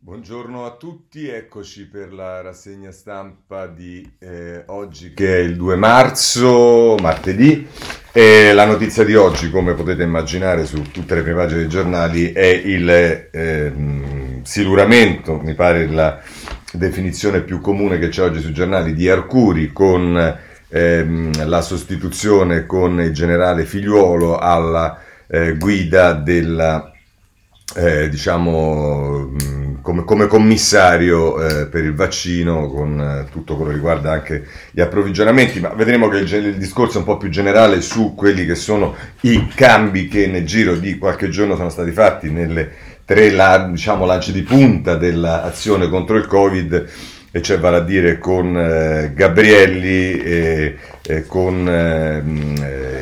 Buongiorno a tutti, eccoci per la rassegna stampa di oggi che è il 2 marzo, martedì. La notizia di oggi, come potete immaginare su tutte le prime pagine dei giornali, è il siluramento, mi pare la definizione più comune che c'è oggi sui giornali, di Arcuri con la sostituzione con il generale Figliuolo alla guida della come commissario per il vaccino, con tutto quello che riguarda anche gli approvvigionamenti, ma vedremo che il discorso è un po' più generale su quelli che sono i cambi che nel giro di qualche giorno sono stati fatti nelle tre lanci di punta dell'azione contro il Covid, e cioè vale a dire con Gabrielli, con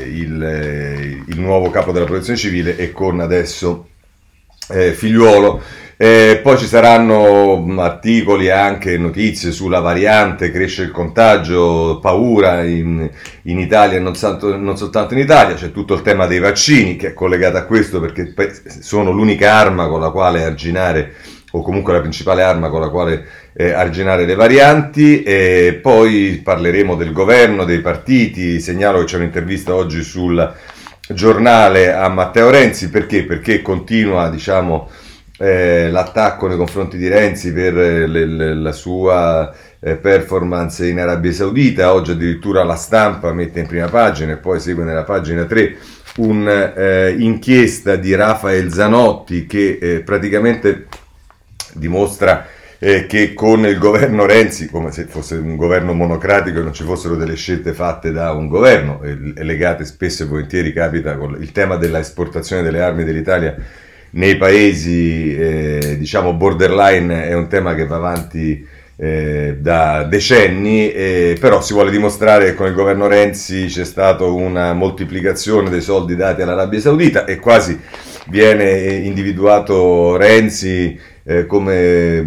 il nuovo capo della protezione civile e con adesso Figliuolo. Poi ci saranno articoli e anche notizie sulla variante, cresce il contagio, paura in Italia, non soltanto in Italia. C'è tutto il tema dei vaccini che è collegato a questo, perché sono l'unica arma con la quale arginare, o comunque la principale arma con la quale arginare le varianti. E poi parleremo del governo, dei partiti. Segnalo che c'è un'intervista oggi sul Giornale a Matteo Renzi. Perché continua l'attacco nei confronti di Renzi per la sua performance in Arabia Saudita. Oggi addirittura La Stampa mette in prima pagina, e poi segue nella pagina 3 un'inchiesta di Rafael Zanotti che praticamente dimostra che con il governo Renzi, come se fosse un governo monocratico e non ci fossero delle scelte fatte da un governo, legate spesso e volentieri, capita con il tema della esportazione delle armi dell'Italia nei paesi borderline, è un tema che va avanti da decenni, però si vuole dimostrare che con il governo Renzi c'è stata una moltiplicazione dei soldi dati all'Arabia Saudita, e quasi viene individuato Renzi come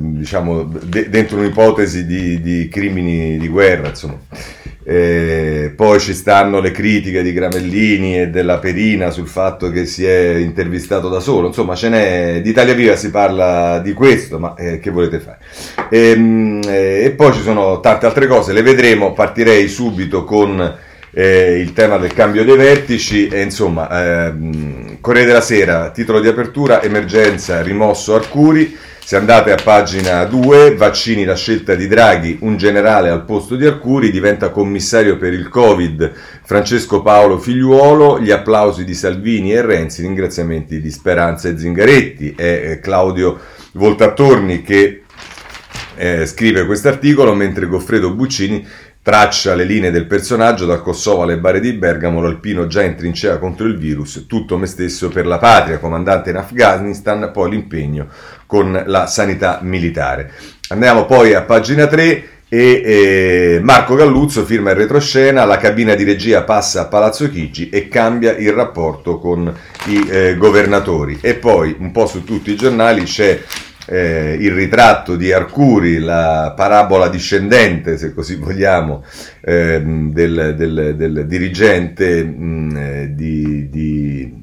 dentro un'ipotesi di crimini di guerra, insomma. Poi ci stanno le critiche di Gramellini e della Perina sul fatto che si è intervistato da solo, insomma ce n'è. Di Italia Viva si parla di questo, ma che volete fare? E poi ci sono tante altre cose, le vedremo. Partirei subito con il tema del cambio dei vertici, e insomma Corriere della Sera, titolo di apertura: emergenza, rimosso Arcuri. Se andate a pagina 2, vaccini, la scelta di Draghi, un generale al posto di Arcuri, diventa commissario per il Covid Francesco Paolo Figliuolo, gli applausi di Salvini e Renzi, ringraziamenti di Speranza e Zingaretti. È Claudio Voltattorni che scrive questo articolo, mentre Goffredo Buccini traccia le linee del personaggio: dal Kosovo alle bare di Bergamo, l'alpino già in trincea contro il virus, tutto me stesso per la patria, comandante in Afghanistan, poi l'impegno con la sanità militare. Andiamo poi a pagina 3 e Marco Galluzzo firma il retroscena, la cabina di regia passa a Palazzo Chigi e cambia il rapporto con i governatori. E poi un po' su tutti i giornali c'è il ritratto di Arcuri, la parabola discendente, se così vogliamo, del dirigente di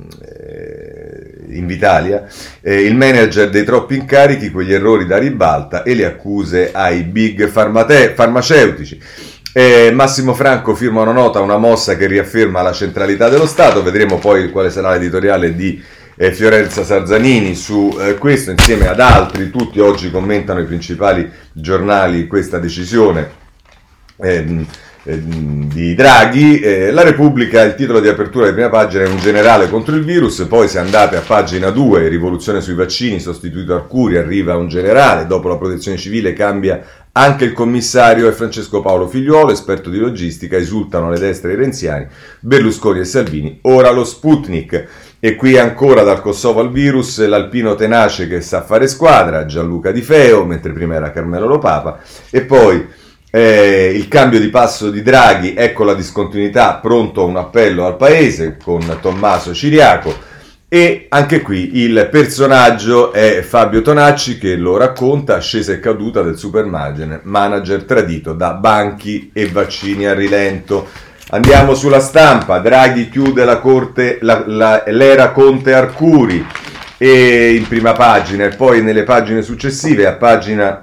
Invitalia, il manager dei troppi incarichi, quegli errori da ribalta e le accuse ai big farmaceutici. Massimo Franco firma una nota, una mossa che riafferma la centralità dello Stato. Vedremo poi quale sarà l'editoriale di Fiorenza Sarzanini su questo, insieme ad altri. Tutti oggi commentano, i principali giornali, questa decisione di Draghi. La Repubblica, il titolo di apertura di prima pagina è un generale contro il virus. Poi se andate a pagina 2, rivoluzione sui vaccini, sostituito Arcuri, arriva un generale, dopo la protezione civile cambia anche il commissario, è Francesco Paolo Figliuolo, esperto di logistica, esultano le destre e i renziani, Berlusconi e Salvini, ora lo Sputnik. E qui ancora dal Kosovo al virus, l'alpino tenace che sa fare squadra, Gianluca Di Feo, mentre prima era Carmelo Lopapa. E poi il cambio di passo di Draghi, ecco la discontinuità, pronto un appello al paese con Tommaso Ciriaco. E anche qui il personaggio è Fabio Tonacci che lo racconta: ascesa e caduta del super manager tradito da banchi e vaccini a rilento. Andiamo sulla Stampa, Draghi chiude la corte, l'era Conte Arcuri. e in prima pagina, e poi nelle pagine successive, a pagina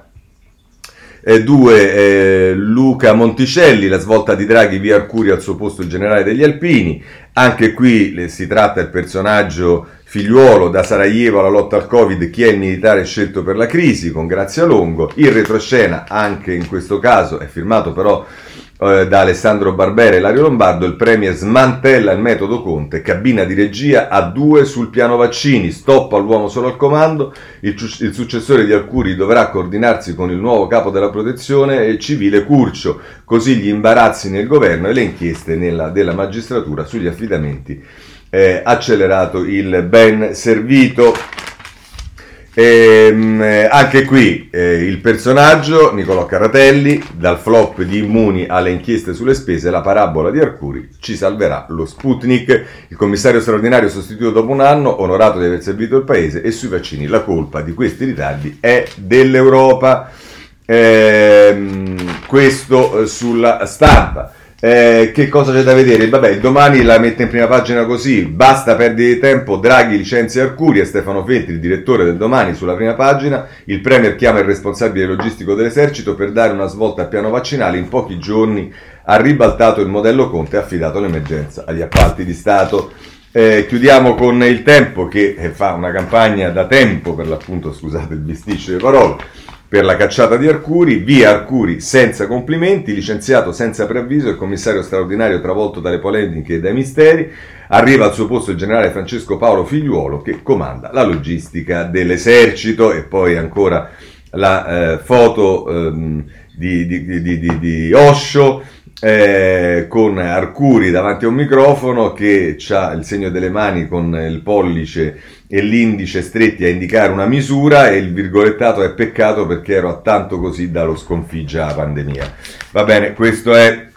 2, Luca Monticelli, la svolta di Draghi, via Arcuri al suo posto il generale degli Alpini. Anche qui si tratta del personaggio Figliuolo, da Sarajevo alla lotta al Covid, chi è il militare scelto per la crisi, con Grazia Longo. Il retroscena, anche in questo caso, è firmato però da Alessandro Barbera e Lario Lombardo. Il Premier smantella il metodo Conte, cabina di regia a 2 sul piano vaccini, stop all'uomo solo al comando, il successore di Arcuri dovrà coordinarsi con il nuovo capo della protezione civile Curcio, così gli imbarazzi nel governo e le inchieste della magistratura sugli affidamenti, accelerato il ben servito. Anche qui il personaggio Nicolò Carratelli, dal flop di Immuni alle inchieste sulle spese, la parabola di Arcuri, ci salverà lo Sputnik, il commissario straordinario sostituito dopo un anno, onorato di aver servito il paese, e sui vaccini la colpa di questi ritardi è dell'Europa. Questo sulla Stampa. Che cosa c'è da vedere? Vabbè, il Domani la mette in prima pagina così: basta perdere tempo, Draghi licenzia Arcuri, e Stefano Feltri, il direttore del Domani, sulla prima pagina. Il Premier chiama il responsabile logistico dell'esercito per dare una svolta al piano vaccinale, in pochi giorni ha ribaltato il modello Conte e ha affidato l'emergenza agli appalti di Stato. Chiudiamo con Il Tempo, che fa una campagna da tempo, per l'appunto, scusate il bisticcio di parole, per la cacciata di Arcuri. Via Arcuri senza complimenti, licenziato senza preavviso, il commissario straordinario travolto dalle polemiche e dai misteri. Arriva al suo posto il generale Francesco Paolo Figliuolo, che comanda la logistica dell'esercito. E poi ancora la foto di Osho, con Arcuri davanti a un microfono, che ha il segno delle mani con il pollice e l'indice stretti a indicare una misura, e il virgolettato è peccato perché ero a tanto così dallo sconfigge la pandemia. Va bene, questo è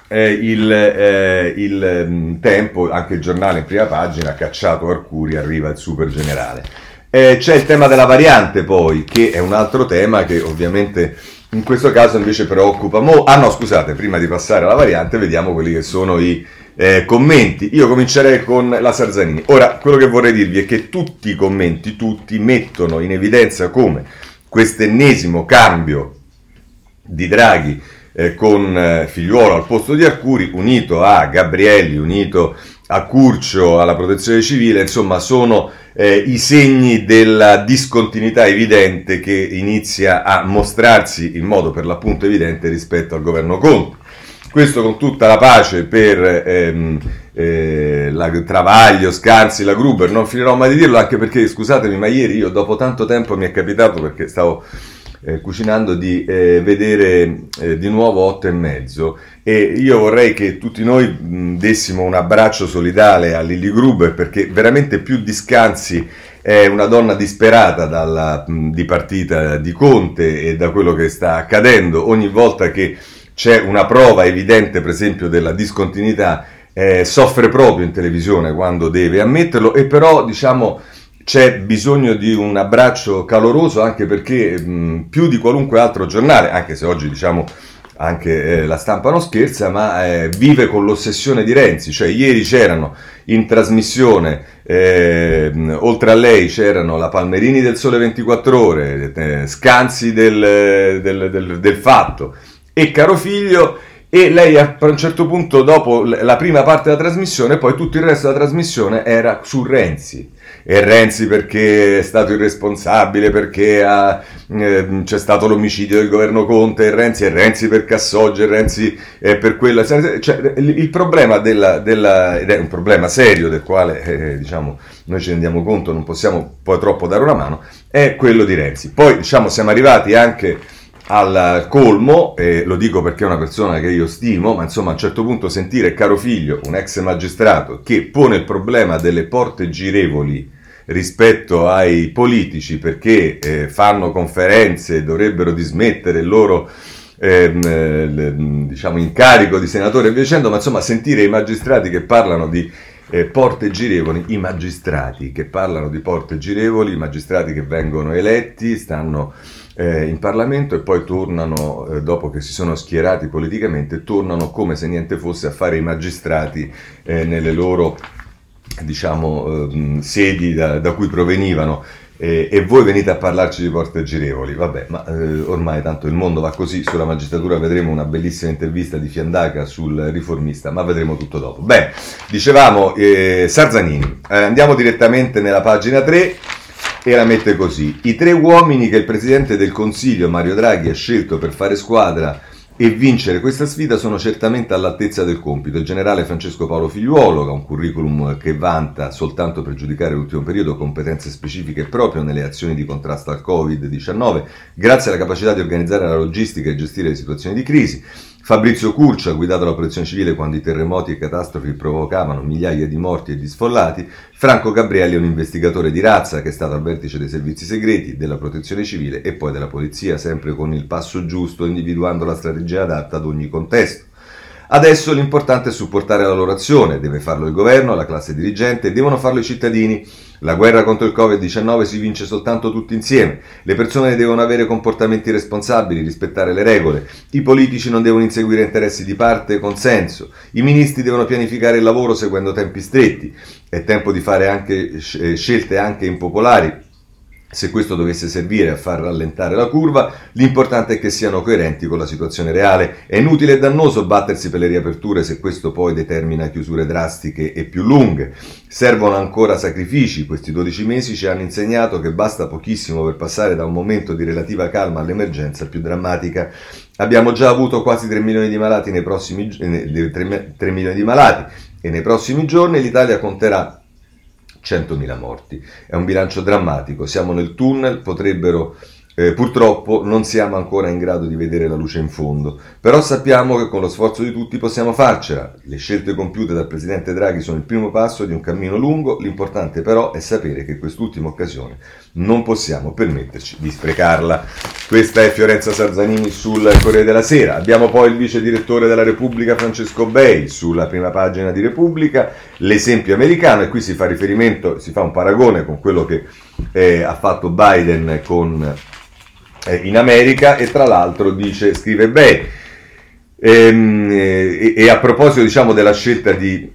il Tempo. Anche il giornale in prima pagina: cacciato Arcuri, arriva il super generale. C'è il tema della variante poi, che è un altro tema che ovviamente in questo caso invece preoccupa prima di passare alla variante vediamo quelli che sono i commenti. Io comincerei con la Sarzanini. Ora, quello che vorrei dirvi è che tutti i commenti, mettono in evidenza come quest'ennesimo cambio di Draghi con Figliuolo al posto di Arcuri, unito a Gabrielli, unito a Curcio, alla protezione civile, insomma sono i segni della discontinuità evidente che inizia a mostrarsi in modo per l'appunto evidente rispetto al governo Conte. Questo con tutta la pace per la Travaglio, Scanzi, la Gruber, non finirò mai di dirlo, anche perché, scusatemi, ma ieri io dopo tanto tempo mi è capitato, perché stavo cucinando, di vedere di nuovo 8 e mezzo, e io vorrei che tutti noi dessimo un abbraccio solidale a Lily Gruber, perché veramente più di Scanzi è una donna disperata dalla dipartita di Conte e da quello che sta accadendo. Ogni volta che c'è una prova evidente, per esempio, della discontinuità, soffre proprio in televisione quando deve ammetterlo, e però diciamo c'è bisogno di un abbraccio caloroso, anche perché più di qualunque altro giornale, anche se oggi diciamo anche la Stampa non scherza, ma vive con l'ossessione di Renzi. Cioè ieri c'erano in trasmissione, oltre a lei c'erano la Palmerini del Sole 24 Ore, Scanzi del Fatto e Carofiglio, e lei a un certo punto, dopo la prima parte della trasmissione, poi tutto il resto della trasmissione era su Renzi. E Renzi perché è stato irresponsabile, perché c'è stato l'omicidio del governo Conte, e Renzi per Cassoggio, e Renzi per quella. Cioè, il problema ed è un problema serio del quale diciamo noi ci rendiamo conto, non possiamo poi troppo dare una mano, è quello di Renzi. Poi diciamo siamo arrivati anche al colmo, e lo dico perché è una persona che io stimo, ma insomma a un certo punto sentire Carofiglio, un ex magistrato, che pone il problema delle porte girevoli rispetto ai politici perché fanno conferenze, dovrebbero dismettere il loro diciamo incarico di senatore e via dicendo, ma insomma sentire i magistrati che parlano di porte girevoli, i magistrati che parlano di porte girevoli, i magistrati che vengono eletti, stanno in Parlamento e poi tornano, dopo che si sono schierati politicamente, tornano come se niente fosse a fare i magistrati nelle loro diciamo sedi da cui provenivano. e voi venite a parlarci di porte girevoli. Vabbè, ma ormai tanto il mondo va così. Sulla magistratura vedremo una bellissima intervista di Fiandaca sul Riformista, ma vedremo tutto dopo. Beh, dicevamo Sarzanini, andiamo direttamente nella pagina 3 e la mette così: i 3 uomini che il Presidente del Consiglio Mario Draghi ha scelto per fare squadra e vincere questa sfida sono certamente all'altezza del compito. Il generale Francesco Paolo Figliuolo, che ha un curriculum che vanta, soltanto per giudicare l'ultimo periodo, competenze specifiche proprio nelle azioni di contrasto al Covid-19, grazie alla capacità di organizzare la logistica e gestire le situazioni di crisi. Fabrizio Curcio ha guidato la protezione civile quando i terremoti e catastrofi provocavano migliaia di morti e di sfollati. Franco Gabrielli è un investigatore di razza che è stato al vertice dei servizi segreti, della protezione civile e poi della polizia, sempre con il passo giusto, individuando la strategia adatta ad ogni contesto. Adesso l'importante è supportare la loro azione, deve farlo il governo, la classe dirigente, devono farlo i cittadini. La guerra contro il Covid-19 si vince soltanto tutti insieme. Le persone devono avere comportamenti responsabili, rispettare le regole. I politici non devono inseguire interessi di parte e consenso. I ministri devono pianificare il lavoro seguendo tempi stretti. È tempo di fare anche scelte anche impopolari. Se questo dovesse servire a far rallentare la curva, l'importante è che siano coerenti con la situazione reale. È inutile e dannoso battersi per le riaperture se questo poi determina chiusure drastiche e più lunghe. Servono ancora sacrifici. Questi 12 mesi ci hanno insegnato che basta pochissimo per passare da un momento di relativa calma all'emergenza più drammatica. Abbiamo già avuto quasi 3 milioni di malati 3 milioni di malati e nei prossimi giorni l'Italia conterà 100.000 morti. È un bilancio drammatico, siamo nel tunnel, purtroppo non siamo ancora in grado di vedere la luce in fondo, però sappiamo che con lo sforzo di tutti possiamo farcela. Le scelte compiute dal Presidente Draghi sono il primo passo di un cammino lungo, l'importante però è sapere che quest'ultima occasione non possiamo permetterci di sprecarla. Questa è Fiorenza Sarzanini sul Corriere della Sera. Abbiamo poi il vice direttore della Repubblica Francesco Bei sulla prima pagina di Repubblica, l'esempio americano, e qui si fa riferimento, si fa un paragone con quello che ha fatto Biden in America, e tra l'altro scrive Bei, e a proposito diciamo della scelta di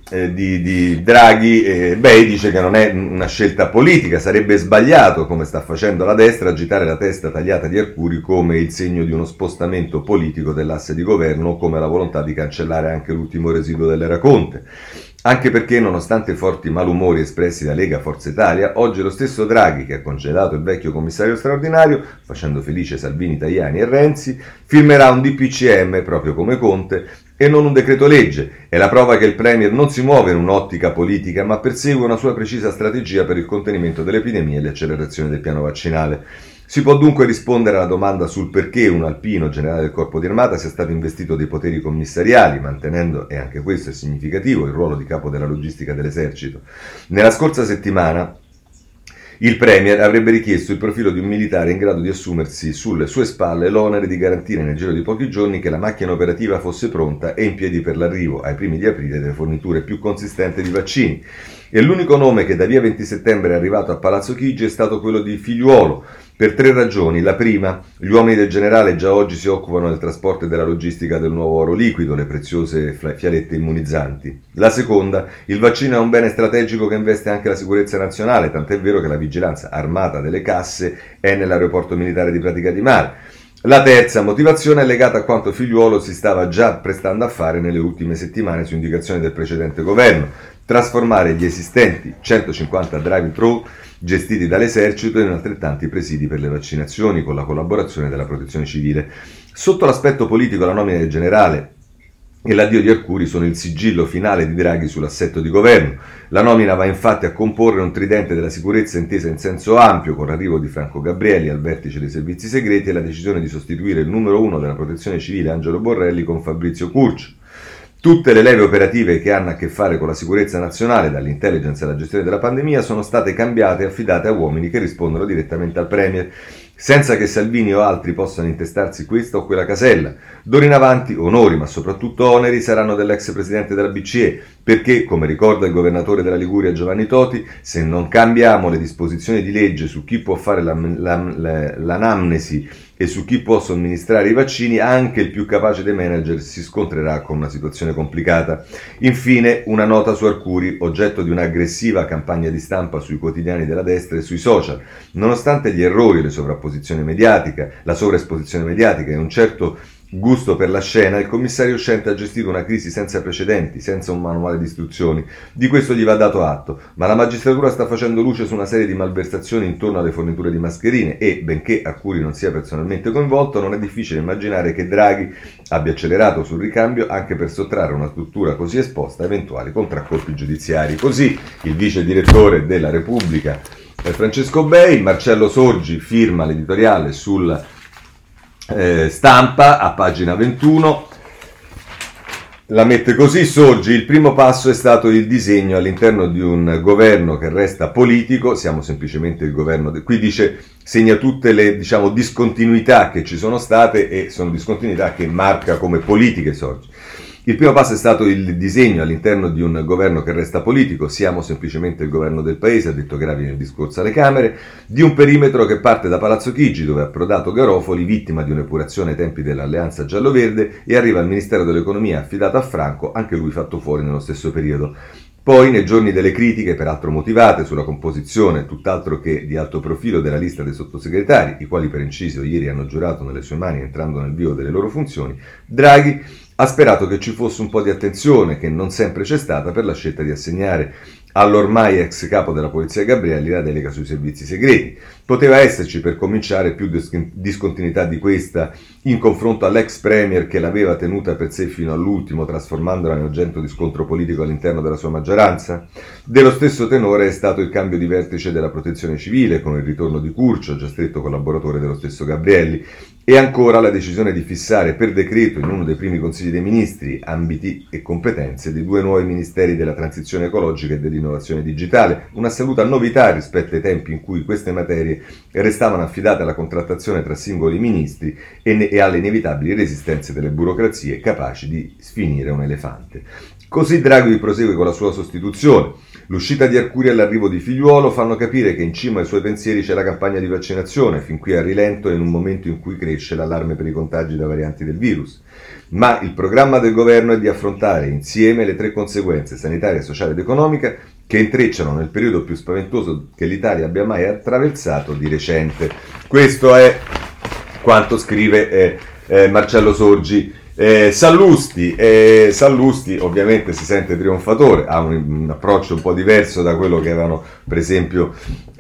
Draghi, Bei dice che non è una scelta politica, sarebbe sbagliato, come sta facendo la destra, agitare la testa tagliata di Arcuri come il segno di uno spostamento politico dell'asse di governo o come la volontà di cancellare anche l'ultimo residuo dell'era Conte. Anche perché, nonostante i forti malumori espressi da Lega Forza Italia, oggi lo stesso Draghi, che ha congedato il vecchio commissario straordinario, facendo felice Salvini, Tajani e Renzi, firmerà un DPCM, proprio come Conte, e non un decreto legge. È la prova che il Premier non si muove in un'ottica politica, ma persegue una sua precisa strategia per il contenimento dell'epidemia e l'accelerazione del piano vaccinale. Si può dunque rispondere alla domanda sul perché un alpino generale del Corpo di Armata sia stato investito dei poteri commissariali, mantenendo, e anche questo è significativo, il ruolo di capo della logistica dell'esercito. Nella scorsa settimana il Premier avrebbe richiesto il profilo di un militare in grado di assumersi sulle sue spalle l'onere di garantire nel giro di pochi giorni che la macchina operativa fosse pronta e in piedi per l'arrivo, ai primi di aprile, delle forniture più consistenti di vaccini. E l'unico nome che da via 20 settembre è arrivato a Palazzo Chigi è stato quello di Figliuolo, per 3 ragioni. La prima, gli uomini del generale già oggi si occupano del trasporto e della logistica del nuovo oro liquido, le preziose fialette immunizzanti. La seconda, il vaccino è un bene strategico che investe anche la sicurezza nazionale, tant'è vero che la vigilanza armata delle casse è nell'aeroporto militare di Pratica di Mare. La terza motivazione è legata a quanto Figliuolo si stava già prestando a fare nelle ultime settimane su indicazione del precedente governo: trasformare gli esistenti 150 drive-thru gestiti dall'esercito in altrettanti presidi per le vaccinazioni con la collaborazione della protezione civile. Sotto l'aspetto politico, la nomina del generale e l'addio di Arcuri sono il sigillo finale di Draghi sull'assetto di governo. La nomina va infatti a comporre un tridente della sicurezza intesa in senso ampio, con l'arrivo di Franco Gabrielli al vertice dei servizi segreti e la decisione di sostituire il numero 1 della protezione civile Angelo Borrelli con Fabrizio Curcio. Tutte le leve operative che hanno a che fare con la sicurezza nazionale, dall'intelligence alla gestione della pandemia, sono state cambiate e affidate a uomini che rispondono direttamente al Premier, senza che Salvini o altri possano intestarsi questa o quella casella. D'ora in avanti onori, ma soprattutto oneri, saranno dell'ex presidente della BCE, perché, come ricorda il governatore della Liguria Giovanni Toti, se non cambiamo le disposizioni di legge su chi può fare l'anamnesi e su chi può somministrare i vaccini, anche il più capace dei manager si scontrerà con una situazione complicata. Infine, una nota su Arcuri, oggetto di un'aggressiva campagna di stampa sui quotidiani della destra e sui social. Nonostante gli errori, la sovraesposizione mediatica e un certo gusto per la scena, il commissario uscente ha gestito una crisi senza precedenti, senza un manuale di istruzioni. Di questo gli va dato atto, ma la magistratura sta facendo luce su una serie di malversazioni intorno alle forniture di mascherine e, benché Arcuri non sia personalmente coinvolto, non è difficile immaginare che Draghi abbia accelerato sul ricambio anche per sottrarre una struttura così esposta a eventuali contraccolpi giudiziari. Così il vice direttore della Repubblica, Francesco Bei. Marcello Sorgi firma l'editoriale sul Stampa a pagina 21, la mette così: Sorgi, il primo passo è stato il disegno all'interno di un governo che resta politico, siamo semplicemente il governo, qui dice, segna tutte le discontinuità che ci sono state e sono discontinuità che marca come politiche Sorgi. Il primo passo è stato il disegno all'interno di un governo che resta politico, siamo semplicemente il governo del paese, ha detto Gravi nel discorso alle Camere, di un perimetro che parte da Palazzo Chigi, dove ha approdato Garofoli, vittima di un'epurazione ai tempi dell'alleanza giallo-verde, e arriva al Ministero dell'Economia affidato a Franco, anche lui fatto fuori nello stesso periodo. Poi, nei giorni delle critiche, peraltro motivate, sulla composizione tutt'altro che di alto profilo della lista dei sottosegretari, i quali per inciso ieri hanno giurato nelle sue mani entrando nel vivo delle loro funzioni, Draghi ha sperato che ci fosse un po' di attenzione, che non sempre c'è stata, per la scelta di assegnare all'ormai ex capo della polizia Gabrielli la delega sui servizi segreti. Poteva esserci, per cominciare, più discontinuità di questa in confronto all'ex premier che l'aveva tenuta per sé fino all'ultimo, trasformandola in oggetto di scontro politico all'interno della sua maggioranza? Dello stesso tenore è stato il cambio di vertice della protezione civile, con il ritorno di Curcio, già stretto collaboratore dello stesso Gabrielli, e ancora la decisione di fissare per decreto in uno dei primi consigli dei ministri ambiti e competenze di 2 nuovi ministeri della transizione ecologica e dell'innovazione digitale, un'assoluta novità rispetto ai tempi in cui queste materie restavano affidate alla contrattazione tra singoli ministri e alle inevitabili resistenze delle burocrazie capaci di sfinire un elefante. Così Draghi prosegue con la sua sostituzione. L'uscita di Arcuri e l'arrivo di Figliuolo fanno capire che in cima ai suoi pensieri c'è la campagna di vaccinazione, fin qui a rilento e in un momento in cui cresce l'allarme per i contagi da varianti del virus. Ma il programma del governo è di affrontare insieme le 3 conseguenze sanitaria, sociale ed economica che intrecciano nel periodo più spaventoso che l'Italia abbia mai attraversato di recente. Questo è quanto scrive Marcello Sorgi. Sallusti ovviamente si sente trionfatore, ha un approccio un po' diverso da quello che avevano per esempio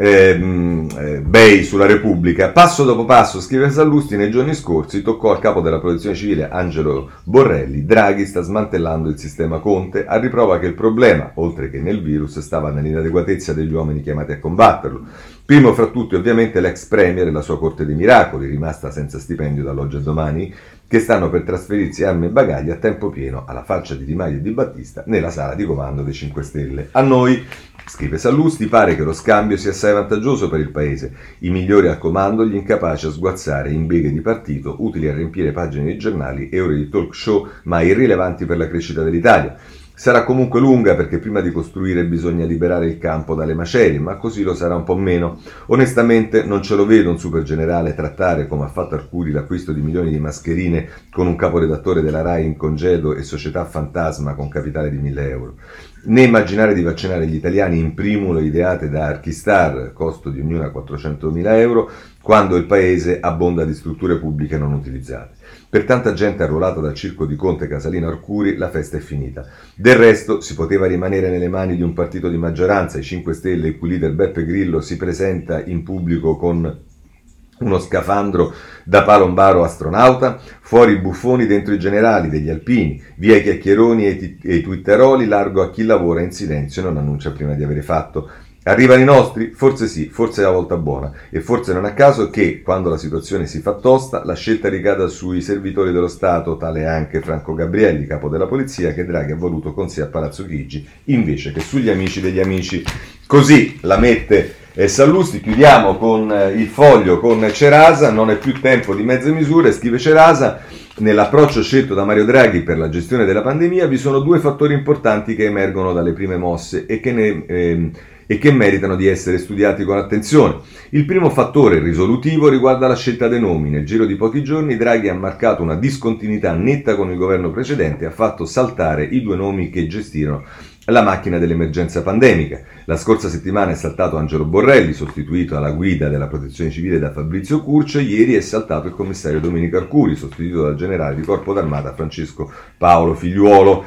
Bei sulla Repubblica. Passo dopo passo, scrive Sallusti, nei giorni scorsi toccò al capo della protezione civile Angelo Borrelli: Draghi sta smantellando il sistema Conte, a riprova che il problema, oltre che nel virus, stava nell'inadeguatezza degli uomini chiamati a combatterlo. Primo fra tutti ovviamente l'ex premier e la sua corte dei miracoli, rimasta senza stipendio dall'oggi al domani, che stanno per trasferirsi armi e bagagli a tempo pieno, alla faccia di Di Maio e di Battista, nella sala di comando dei 5 Stelle. A noi, scrive Sallusti, pare che lo scambio sia assai vantaggioso per il paese, i migliori al comando, gli incapaci a sguazzare in beghe di partito, utili a riempire pagine di giornali e ore di talk show, ma irrilevanti per la crescita dell'Italia. Sarà comunque lunga, perché prima di costruire bisogna liberare il campo dalle macerie, ma così lo sarà un po' meno. Onestamente non ce lo vedo un super generale trattare, come ha fatto Arcuri, l'acquisto di milioni di mascherine con un caporedattore della RAI in congedo e società fantasma con capitale di 1.000 euro. Né immaginare di vaccinare gli italiani in primule ideate da Archistar, costo di ognuna 400.000 euro, quando il paese abbonda di strutture pubbliche non utilizzate. Per tanta gente arruolata dal circo di Conte, Casalino, Arcuri, la festa è finita. Del resto si poteva rimanere nelle mani di un partito di maggioranza, i 5 Stelle, il cui leader Beppe Grillo si presenta in pubblico con uno scafandro da palombaro astronauta, fuori i buffoni, dentro i generali degli alpini, via i chiacchieroni e i twitteroli, largo a chi lavora in silenzio e non annuncia prima di avere fatto. Arrivano i nostri? Forse sì, forse è la volta buona, e forse non a caso che, quando la situazione si fa tosta, la scelta ricada sui servitori dello Stato, tale anche Franco Gabrielli, capo della polizia, che Draghi ha voluto con sé a Palazzo Chigi, invece che sugli amici degli amici. Così la mette Sallusti. Chiudiamo con il Foglio, con Cerasa. Non è più tempo di mezze misure, scrive Cerasa. nell'approccio scelto da Mario Draghi per la gestione della pandemia vi sono due fattori importanti che emergono dalle prime mosse e che meritano di essere studiati con attenzione. Il primo fattore risolutivo riguarda la scelta dei nomi. Nel giro di pochi giorni Draghi ha marcato una discontinuità netta con il governo precedente e ha fatto saltare i due nomi che gestirono la macchina dell'emergenza pandemica. La scorsa settimana è saltato Angelo Borrelli, sostituito alla guida della protezione civile da Fabrizio Curcio. Ieri è saltato il commissario Domenico Arcuri, sostituito dal generale di Corpo d'Armata Francesco Paolo Figliuolo.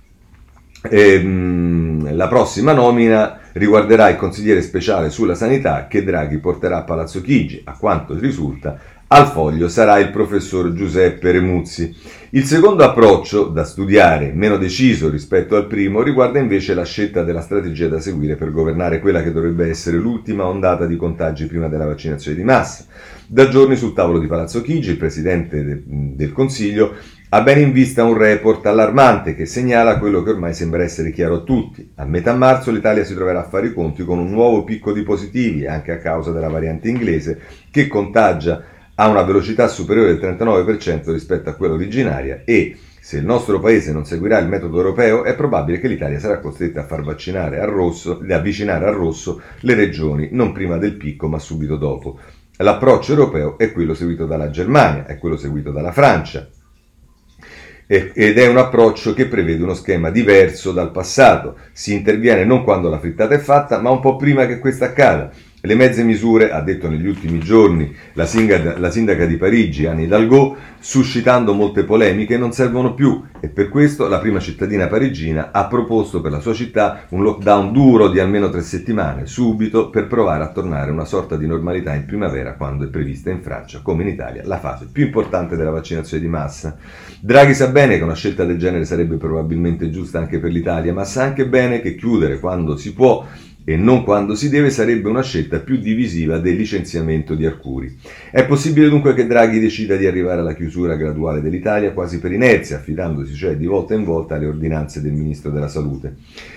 La prossima nomina riguarderà il consigliere speciale sulla sanità che Draghi porterà a Palazzo Chigi. A quanto risulta, al foglio sarà il professor Giuseppe Remuzzi. Il secondo approccio da studiare, meno deciso rispetto al primo, riguarda invece la scelta della strategia da seguire per governare quella che dovrebbe essere l'ultima ondata di contagi prima della vaccinazione di massa. Da giorni sul tavolo di Palazzo Chigi il Presidente del Consiglio ha bene in vista un report allarmante che segnala quello che ormai sembra essere chiaro a tutti. A metà marzo l'Italia si troverà a fare i conti con un nuovo picco di positivi, anche a causa della variante inglese, che contagia a una velocità superiore del 39% rispetto a quella originaria e, se il nostro paese non seguirà il metodo europeo, è probabile che l'Italia sarà costretta a far avvicinare al rosso le regioni non prima del picco ma subito dopo. L'approccio europeo è quello seguito dalla Germania, è quello seguito dalla Francia ed è un approccio che prevede uno schema diverso dal passato. Si interviene non quando la frittata è fatta, ma un po' prima che questa accada. Le mezze misure, ha detto negli ultimi giorni la sindaca di Parigi, Anne Hidalgo, suscitando molte polemiche, non servono più e per questo la prima cittadina parigina ha proposto per la sua città un lockdown duro di almeno 3 settimane, subito, per provare a tornare a una sorta di normalità in primavera, quando è prevista in Francia, come in Italia, la fase più importante della vaccinazione di massa. Draghi sa bene che una scelta del genere sarebbe probabilmente giusta anche per l'Italia, ma sa anche bene che chiudere quando si può e non quando si deve sarebbe una scelta più divisiva del licenziamento di Arcuri. È possibile dunque che Draghi decida di arrivare alla chiusura graduale dell'Italia quasi per inerzia, affidandosi cioè di volta in volta alle ordinanze del Ministro della Salute.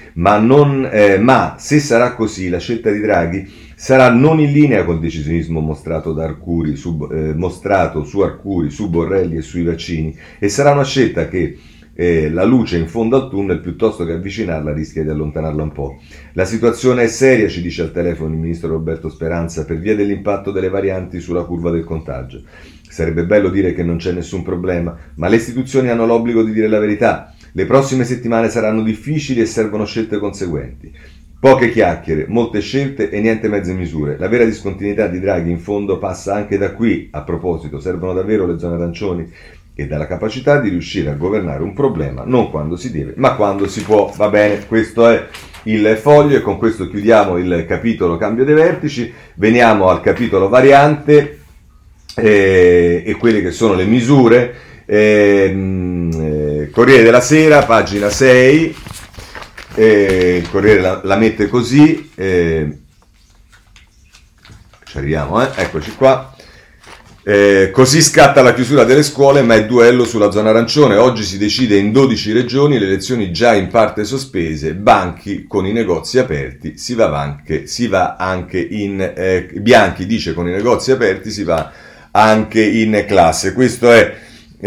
Ma se sarà così, la scelta di Draghi sarà non in linea col decisionismo mostrato su Arcuri, su Borrelli e sui vaccini, e sarà una scelta che la luce in fondo al tunnel, piuttosto che avvicinarla, rischia di allontanarla un po'. La situazione è seria, ci dice al telefono il ministro Roberto Speranza, per via dell'impatto delle varianti sulla curva del contagio. Sarebbe bello dire che non c'è nessun problema, ma le istituzioni hanno l'obbligo di dire la verità. Le prossime settimane saranno difficili e servono scelte conseguenti. Poche chiacchiere, molte scelte e niente mezze misure. La vera discontinuità di Draghi in fondo passa anche da qui. A proposito, servono davvero le zone arancioni? E dalla capacità di riuscire a governare un problema non quando si deve, ma quando si può. Va bene, questo è il foglio e con questo chiudiamo il capitolo cambio dei vertici. Veniamo al capitolo variante e quelle che sono le misure. Corriere della Sera, pagina 6, il Corriere la mette così, ci arriviamo, eccoci qua. Così scatta la chiusura delle scuole, ma è duello sulla zona arancione. Oggi si decide in 12 regioni, le lezioni già in parte sospese, banchi con i negozi aperti, si va anche in Bianchi dice con i negozi aperti si va anche in classe. Questo è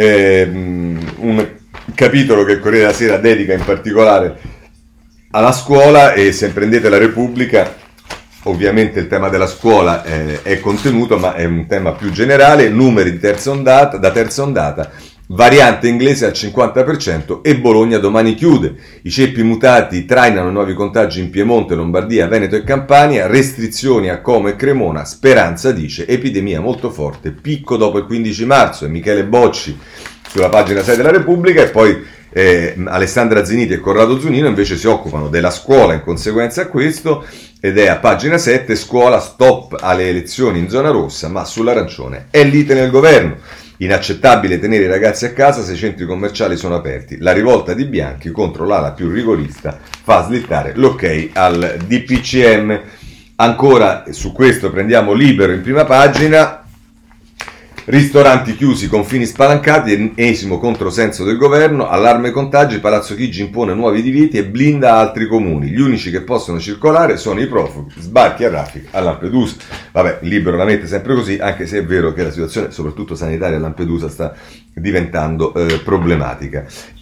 un capitolo che il Corriere della Sera dedica in particolare alla scuola, e se prendete la Repubblica ovviamente il tema della scuola è contenuto, ma è un tema più generale. Numeri di terza ondata, variante inglese al 50% e Bologna domani chiude. I ceppi mutati trainano nuovi contagi in Piemonte, Lombardia, Veneto e Campania, restrizioni a Como e Cremona. Speranza dice epidemia molto forte, picco dopo il 15 marzo. E Michele Bocci sulla pagina 6 della Repubblica, e poi Alessandra Ziniti e Corrado Zunino invece si occupano della scuola in conseguenza a questo, ed è a pagina 7, scuola, stop alle elezioni in zona rossa, ma sull'arancione è lite nel governo. Inaccettabile tenere i ragazzi a casa se i centri commerciali sono aperti. La rivolta di Bianchi contro l'ala più rigorista fa slittare l'ok al DPCM. Ancora su questo prendiamo Libero in prima pagina. Ristoranti chiusi, confini spalancati, ennesimo controsenso del governo, allarme contagi, Palazzo Chigi impone nuovi divieti e blinda altri comuni. Gli unici che possono circolare sono i profughi, sbarchi a raffica a Lampedusa. Vabbè, libero la mette sempre così, anche se è vero che la situazione, soprattutto sanitaria a Lampedusa, sta diventando problematica.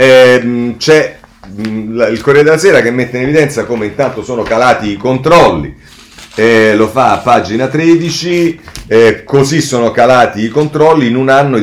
C'è il Corriere della Sera che mette in evidenza come intanto sono calati i controlli. Lo fa a pagina 13, così sono calati i controlli, in un anno il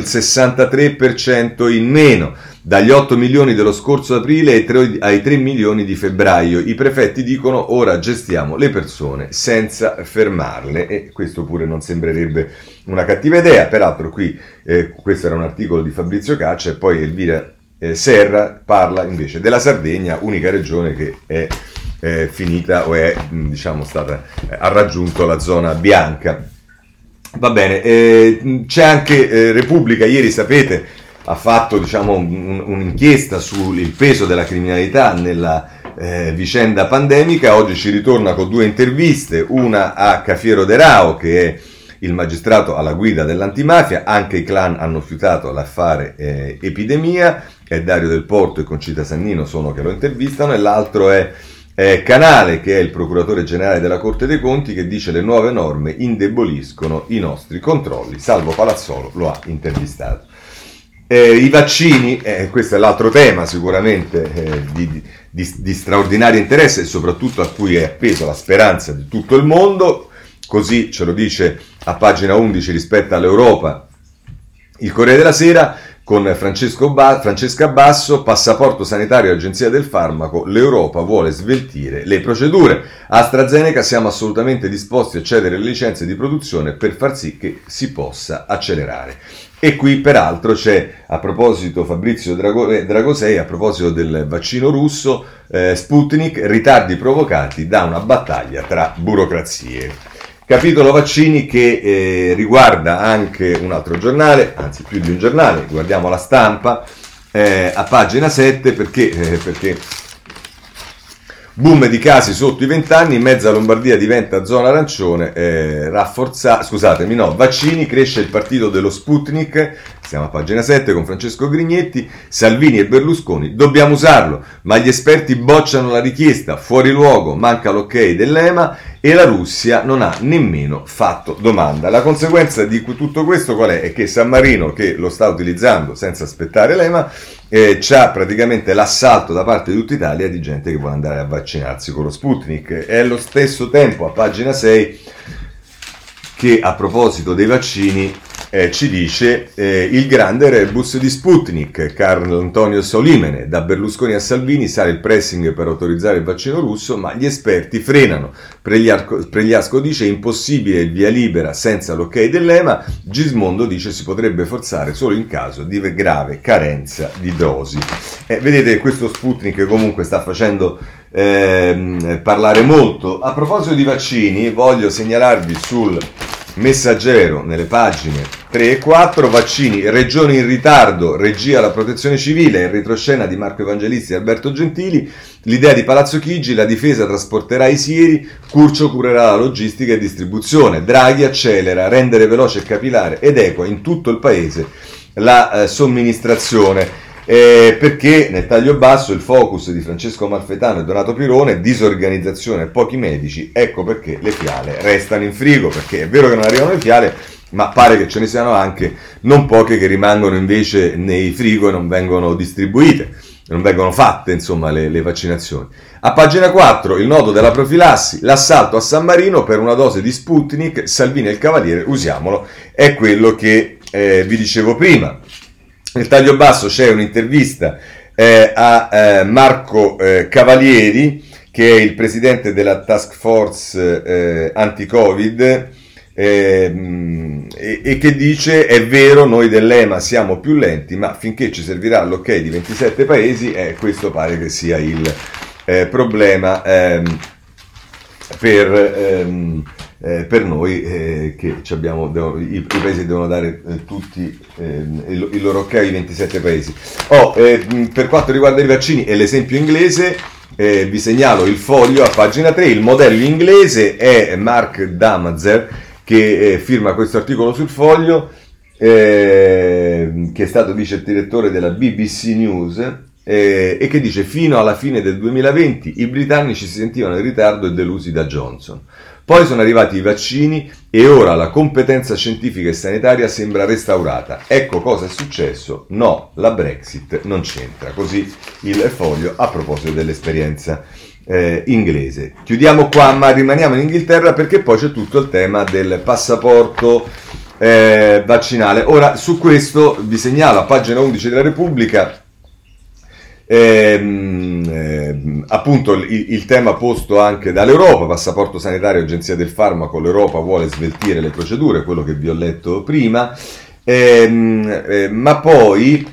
63% in meno, dagli 8 milioni dello scorso aprile ai 3 milioni di febbraio. I prefetti dicono ora gestiamo le persone senza fermarle, e questo pure non sembrerebbe una cattiva idea. Peraltro qui, questo era un articolo di Fabrizio Caccia, e poi Elvira Serra parla invece della Sardegna, unica regione che è finita o è ha raggiunto la zona bianca. Va bene, c'è anche Repubblica, ieri sapete ha fatto un'inchiesta sul peso della criminalità nella vicenda pandemica. Oggi ci ritorna con 2 interviste, una a Cafiero De Rao, che è il magistrato alla guida dell'antimafia. Anche i clan hanno fiutato l'affare epidemia, e Dario Del Porto e Concita Sannino sono che lo intervistano, e l'altro è Canale, che è il procuratore generale della Corte dei Conti, che dice le nuove norme indeboliscono i nostri controlli. Salvo Palazzolo lo ha intervistato. I vaccini, questo è l'altro tema sicuramente di straordinario interesse, e soprattutto a cui è appeso la speranza di tutto il mondo. Così ce lo dice a pagina 11 rispetto all'Europa il Corriere della Sera, con Francesca Basso, passaporto sanitario e agenzia del farmaco, l'Europa vuole sveltire le procedure. AstraZeneca, siamo assolutamente disposti a cedere le licenze di produzione per far sì che si possa accelerare. E qui peraltro c'è, a proposito, Fabrizio Dragosei, a proposito del vaccino russo, Sputnik, ritardi provocati da una battaglia tra burocrazie. Capitolo vaccini che riguarda anche un altro giornale, anzi più di un giornale, guardiamo La Stampa, a pagina 7, perché boom di casi sotto i 20 anni, mezza Lombardia diventa zona arancione, vaccini, cresce il partito dello Sputnik, siamo a pagina 7 con Francesco Grignetti, Salvini e Berlusconi, dobbiamo usarlo, ma gli esperti bocciano la richiesta, fuori luogo, manca l'ok dell'EMA, e la Russia non ha nemmeno fatto domanda. La conseguenza di tutto questo qual è? È che San Marino, che lo sta utilizzando senza aspettare l'EMA, c'ha praticamente l'assalto da parte di tutta Italia di gente che vuole andare a vaccinarsi con lo Sputnik. È allo stesso tempo a pagina 6 che, a proposito dei vaccini, ci dice il grande rebus di Sputnik, Carlo Antonio Solimene, da Berlusconi a Salvini sale il pressing per autorizzare il vaccino russo, ma gli esperti frenano. Pregliasco dice impossibile il via libera senza l'ok dell'EMA, Gismondo dice si potrebbe forzare solo in caso di grave carenza di dosi. Vedete, questo Sputnik comunque sta facendo parlare molto. A proposito di vaccini, voglio segnalarvi sul Messaggero, nelle pagine 3 e 4, vaccini, regioni in ritardo, regia alla protezione civile, in retroscena di Marco Evangelisti e Alberto Gentili, l'idea di Palazzo Chigi, la difesa trasporterà i sieri, Curcio curerà la logistica e distribuzione, Draghi accelera, rendere veloce e capillare ed equa in tutto il paese la somministrazione. Perché nel taglio basso il focus di Francesco Malfetano e Donato Pirone, disorganizzazione e pochi medici, ecco perché le fiale restano in frigo, perché è vero che non arrivano le fiale, ma pare che ce ne siano anche non poche che rimangono invece nei frigo e non vengono distribuite, non vengono fatte insomma le vaccinazioni. A pagina 4 il nodo della profilassi, l'assalto a San Marino per una dose di Sputnik, Salvini e il Cavaliere, usiamolo, è quello che vi dicevo prima. Nel taglio basso c'è un'intervista a Marco Cavalieri, che è il presidente della task force anti-Covid, e che dice è vero, noi dell'EMA siamo più lenti, ma finché ci servirà l'ok di 27 paesi, questo pare che sia il problema per noi, che i paesi devono dare tutti il loro ok ai 27 paesi. Per quanto riguarda i vaccini e l'esempio inglese, vi segnalo il Foglio a pagina 3, il modello inglese è Mark Damazer che firma questo articolo sul Foglio. che è stato vice direttore della BBC News, e che dice: fino alla fine del 2020 i britannici si sentivano in ritardo e delusi da Johnson. Poi sono arrivati i vaccini e ora la competenza scientifica e sanitaria sembra restaurata. Ecco cosa è successo? No, la Brexit non c'entra. Così il Foglio a proposito dell'esperienza inglese. Chiudiamo qua, ma rimaniamo in Inghilterra perché poi c'è tutto il tema del passaporto vaccinale. Ora, su questo vi segnalo a pagina 11 della Repubblica appunto il tema posto anche dall'Europa: passaporto sanitario, agenzia del farmaco, l'Europa vuole sveltire le procedure, quello che vi ho letto prima, ma poi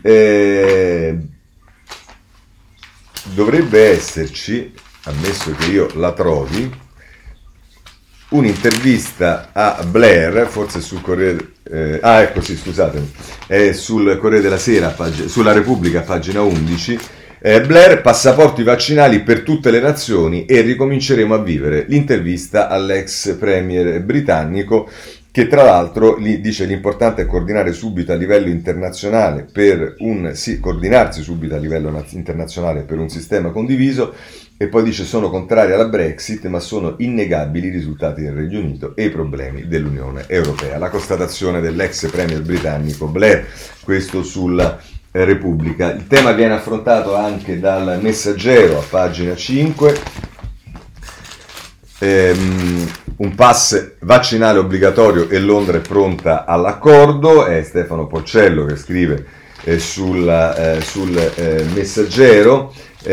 dovrebbe esserci, ammesso che io la trovi, un'intervista a Blair, forse sul Corriere ecco sì, scusatemi, è sul Corriere della Sera, sulla Repubblica, pagina 11. Blair, passaporti vaccinali per tutte le nazioni e ricominceremo a vivere. L'intervista all'ex premier britannico, che tra l'altro dice l'importante è coordinare subito a livello internazionale coordinarsi subito a livello internazionale per un sistema condiviso. E poi dice: sono contrari alla Brexit, ma sono innegabili i risultati del Regno Unito e i problemi dell'Unione Europea. La constatazione dell'ex premier britannico Blair, questo sulla Repubblica. Il tema viene affrontato anche dal Messaggero a pagina 5. Un pass vaccinale obbligatorio e Londra è pronta all'accordo. È Stefano Porcello che scrive sul Messaggero.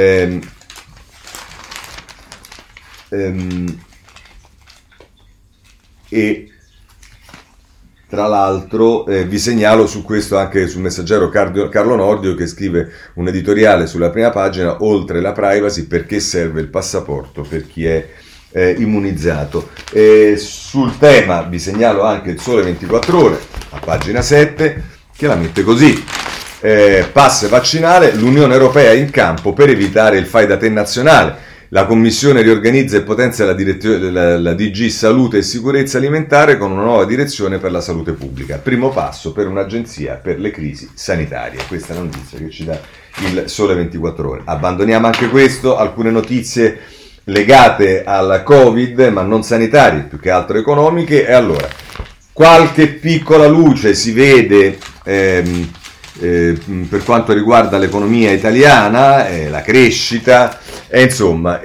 E tra l'altro vi segnalo su questo anche sul Messaggero Carlo Nordio, che scrive un editoriale sulla prima pagina: oltre la privacy, perché serve il passaporto per chi è immunizzato. Sul tema vi segnalo anche il Sole 24 Ore a pagina 7, che la mette così: pass vaccinale, l'Unione Europea in campo per evitare il fai da te nazionale. La Commissione riorganizza e potenzia la DG Salute e Sicurezza Alimentare con una nuova direzione per la salute pubblica. Primo passo per un'agenzia per le crisi sanitarie. Questa è la notizia che ci dà il Sole 24 Ore. Abbandoniamo anche questo, alcune notizie legate al Covid, ma non sanitarie, più che altro economiche. E allora, qualche piccola luce si vede per quanto riguarda l'economia italiana, la crescita, insomma,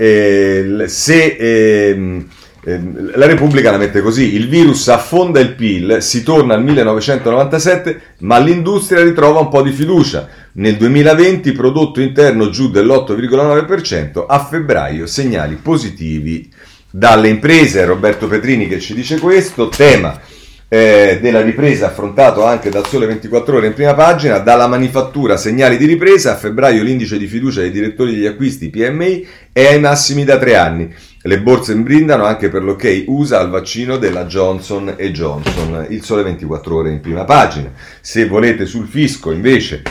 la Repubblica la mette così: il virus affonda il PIL, si torna al 1997, ma l'industria ritrova un po' di fiducia. Nel 2020 prodotto interno giù dell'8,9%, a febbraio segnali positivi dalle imprese. Roberto Petrini che ci dice questo tema della ripresa, affrontato anche dal Sole 24 Ore in prima pagina. Dalla manifattura segnali di ripresa, a febbraio l'indice di fiducia dei direttori degli acquisti PMI è ai massimi da 3 anni. Le borse brindano anche per l'ok USA al vaccino della Johnson & Johnson. Il Sole 24 Ore in prima pagina. Se volete sul fisco invece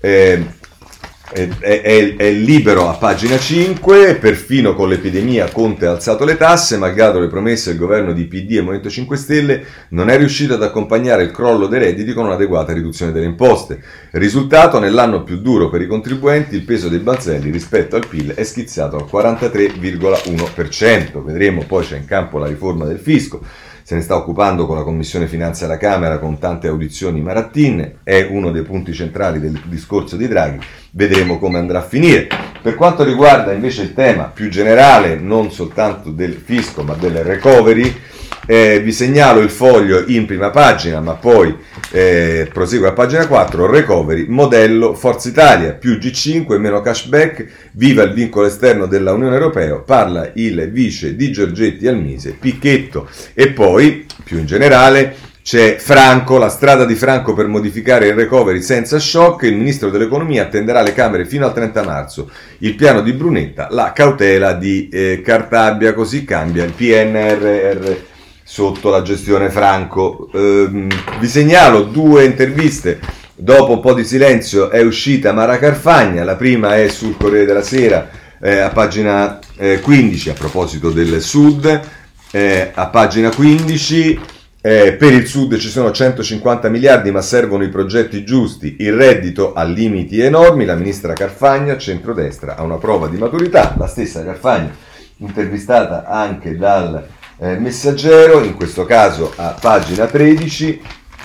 è libero a pagina 5. Perfino con l'epidemia Conte ha alzato le tasse, malgrado le promesse del governo di PD e Movimento 5 Stelle non è riuscito ad accompagnare il crollo dei redditi con un'adeguata riduzione delle imposte. Risultato: nell'anno più duro per i contribuenti il peso dei balzelli rispetto al PIL è schizzato al 43,1%. Vedremo, poi c'è in campo la riforma del fisco. Se ne sta occupando con la Commissione Finanze alla Camera, con tante audizioni Marattin, è uno dei punti centrali del discorso di Draghi. Vedremo come andrà a finire. Per quanto riguarda invece il tema più generale, non soltanto del fisco ma del recovery, vi segnalo il Foglio in prima pagina, ma poi prosegue a pagina 4. Recovery, modello Forza Italia, più G5, meno cashback, viva il vincolo esterno della Unione Europea, parla il vice di Giorgetti al Mise, Picchetto. E poi, più in generale, c'è Franco, la strada di Franco per modificare il recovery senza shock. Il ministro dell'economia attenderà le Camere fino al 30 marzo. Il piano di Brunetta, la cautela di Cartabia, così cambia il PNRR sotto la gestione Franco. Vi segnalo 2 interviste. Dopo un po' di silenzio è uscita Mara Carfagna. La prima è sul Corriere della Sera a pagina 15, a proposito del Sud, a pagina 15. Per il Sud ci sono 150 miliardi, ma servono i progetti giusti. Il reddito ha limiti enormi. La ministra Carfagna, centrodestra, ha una prova di maturità. La stessa Carfagna, intervistata anche dal Messaggero, in questo caso a pagina 13.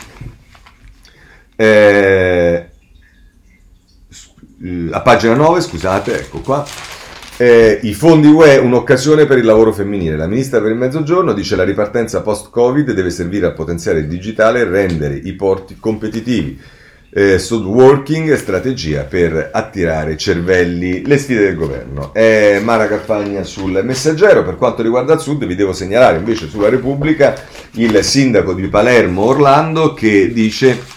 A pagina 9, scusate, ecco qua. I fondi UE, un'occasione per il lavoro femminile. La ministra per il Mezzogiorno dice la ripartenza post-Covid deve servire a potenziare il digitale e rendere i porti competitivi. Sud working, strategia per attirare cervelli. Le sfide del governo. Mara Carfagna sul Messaggero. Per quanto riguarda il Sud vi devo segnalare invece sulla Repubblica il sindaco di Palermo Orlando che dice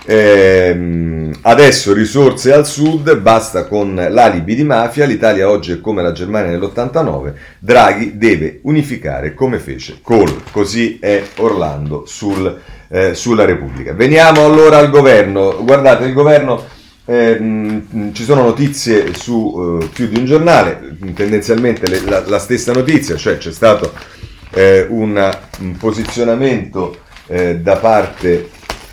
adesso risorse al Sud, basta con l'alibi di mafia, l'Italia oggi è come la Germania nell'89, Draghi deve unificare come fece Kohl. Così è Orlando sulla Repubblica. Veniamo allora al governo. Guardate, il governo, ci sono notizie su più di un giornale, tendenzialmente la stessa notizia, cioè c'è stato un posizionamento da parte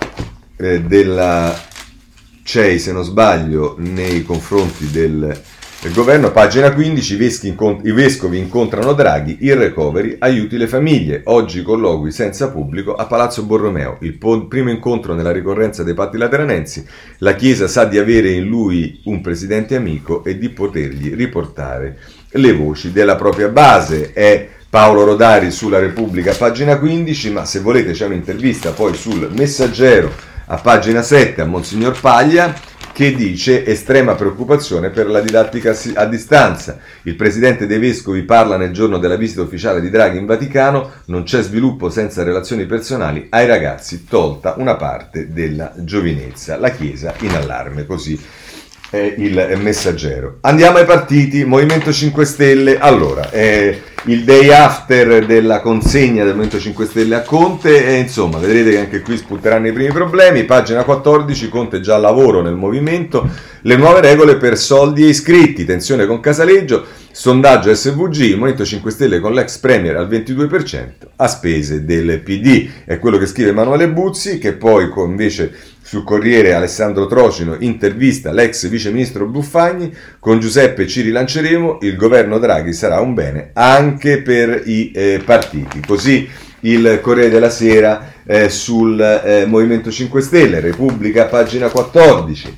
della CEI, se non sbaglio, nei confronti del governo. Pagina 15, i vescovi incontrano Draghi, il recovery aiuti le famiglie, oggi colloqui senza pubblico a Palazzo Borromeo, il primo incontro nella ricorrenza dei patti lateranensi. La Chiesa sa di avere in lui un presidente amico e di potergli riportare le voci della propria base. È Paolo Rodari sulla Repubblica, pagina 15, ma se volete c'è un'intervista poi sul Messaggero a pagina 7 a Monsignor Paglia che dice estrema preoccupazione per la didattica a distanza. Il presidente dei vescovi parla nel giorno della visita ufficiale di Draghi in Vaticano, non c'è sviluppo senza relazioni personali, ai ragazzi tolta una parte della giovinezza. La Chiesa in allarme, così è il Messaggero. Andiamo ai partiti. Movimento 5 Stelle. Allora, il day after della consegna del Movimento 5 Stelle a Conte e insomma vedrete che anche qui spunteranno i primi problemi. Pagina 14, Conte già al lavoro nel movimento, le nuove regole per soldi e iscritti, tensione con Casaleggio, sondaggio SVG, il Movimento 5 Stelle con l'ex premier al 22% a spese del PD, è quello che scrive Emanuele Buzzi, che poi invece sul Corriere Alessandro Trocino intervista l'ex viceministro Buffagni, con Giuseppe ci rilanceremo, il governo Draghi sarà un bene anche per i partiti. Così il Corriere della Sera sul Movimento 5 Stelle, Repubblica pagina 14.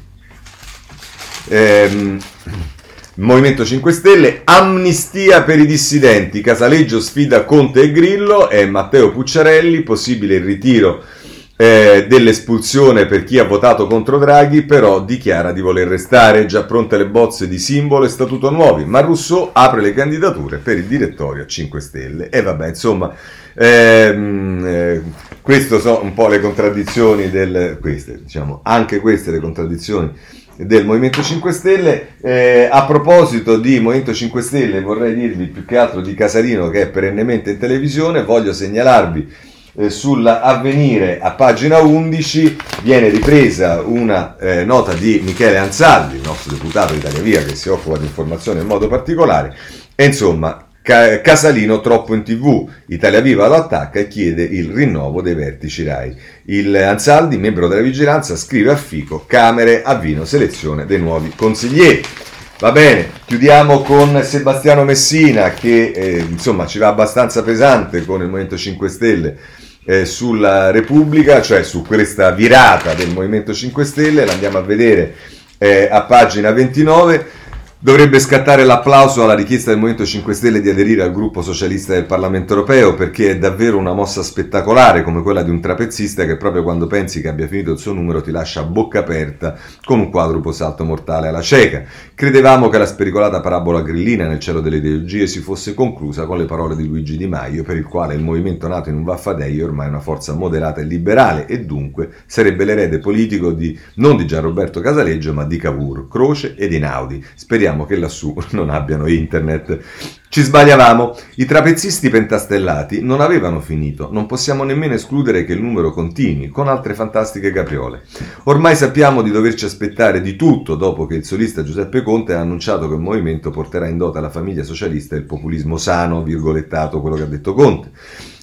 Movimento 5 Stelle, amnistia per i dissidenti, Casaleggio sfida Conte e Grillo e Matteo Pucciarelli, possibile il ritiro dell'espulsione per chi ha votato contro Draghi, però dichiara di voler restare, già pronte le bozze di simbolo e statuto nuovi, ma Rousseau apre le candidature per il direttorio a 5 Stelle e vabbè, insomma, queste sono un po' le contraddizioni anche queste le contraddizioni del Movimento 5 Stelle. A proposito di Movimento 5 Stelle vorrei dirvi più che altro di Casalino, che è perennemente in televisione. Voglio segnalarvi sull'Avvenire a pagina 11 viene ripresa una nota di Michele Anzaldi, il nostro deputato di Italia Viva che si occupa di informazione in modo particolare, e insomma Casalino troppo in TV, Italia Viva lo attacca e chiede il rinnovo dei vertici Rai. Il Anzaldi, membro della vigilanza, scrive a Fico, Camere avvino selezione dei nuovi consiglieri. Va bene, chiudiamo con Sebastiano Messina che insomma ci va abbastanza pesante con il Movimento 5 Stelle sulla Repubblica, cioè su questa virata del Movimento 5 Stelle, l'andiamo a vedere a pagina 29. Dovrebbe scattare l'applauso alla richiesta del Movimento 5 Stelle di aderire al gruppo socialista del Parlamento europeo, perché è davvero una mossa spettacolare, come quella di un trapezzista che proprio quando pensi che abbia finito il suo numero ti lascia a bocca aperta con un quadruplo salto mortale alla cieca. Credevamo che la spericolata parabola grillina nel cielo delle ideologie si fosse conclusa con le parole di Luigi Di Maio, per il quale il movimento nato in un vaffadeio è ormai una forza moderata e liberale e dunque sarebbe l'erede politico non di Gianroberto Casaleggio ma di Cavour, Croce ed Einaudi. Speriamo che lassù non abbiano internet. Ci sbagliavamo, i trapezzisti pentastellati non avevano finito, non possiamo nemmeno escludere che il numero continui con altre fantastiche capriole. Ormai sappiamo di doverci aspettare di tutto dopo che il solista Giuseppe Conte ha annunciato che il movimento porterà in dote alla famiglia socialista il populismo sano, virgolettato quello che ha detto Conte.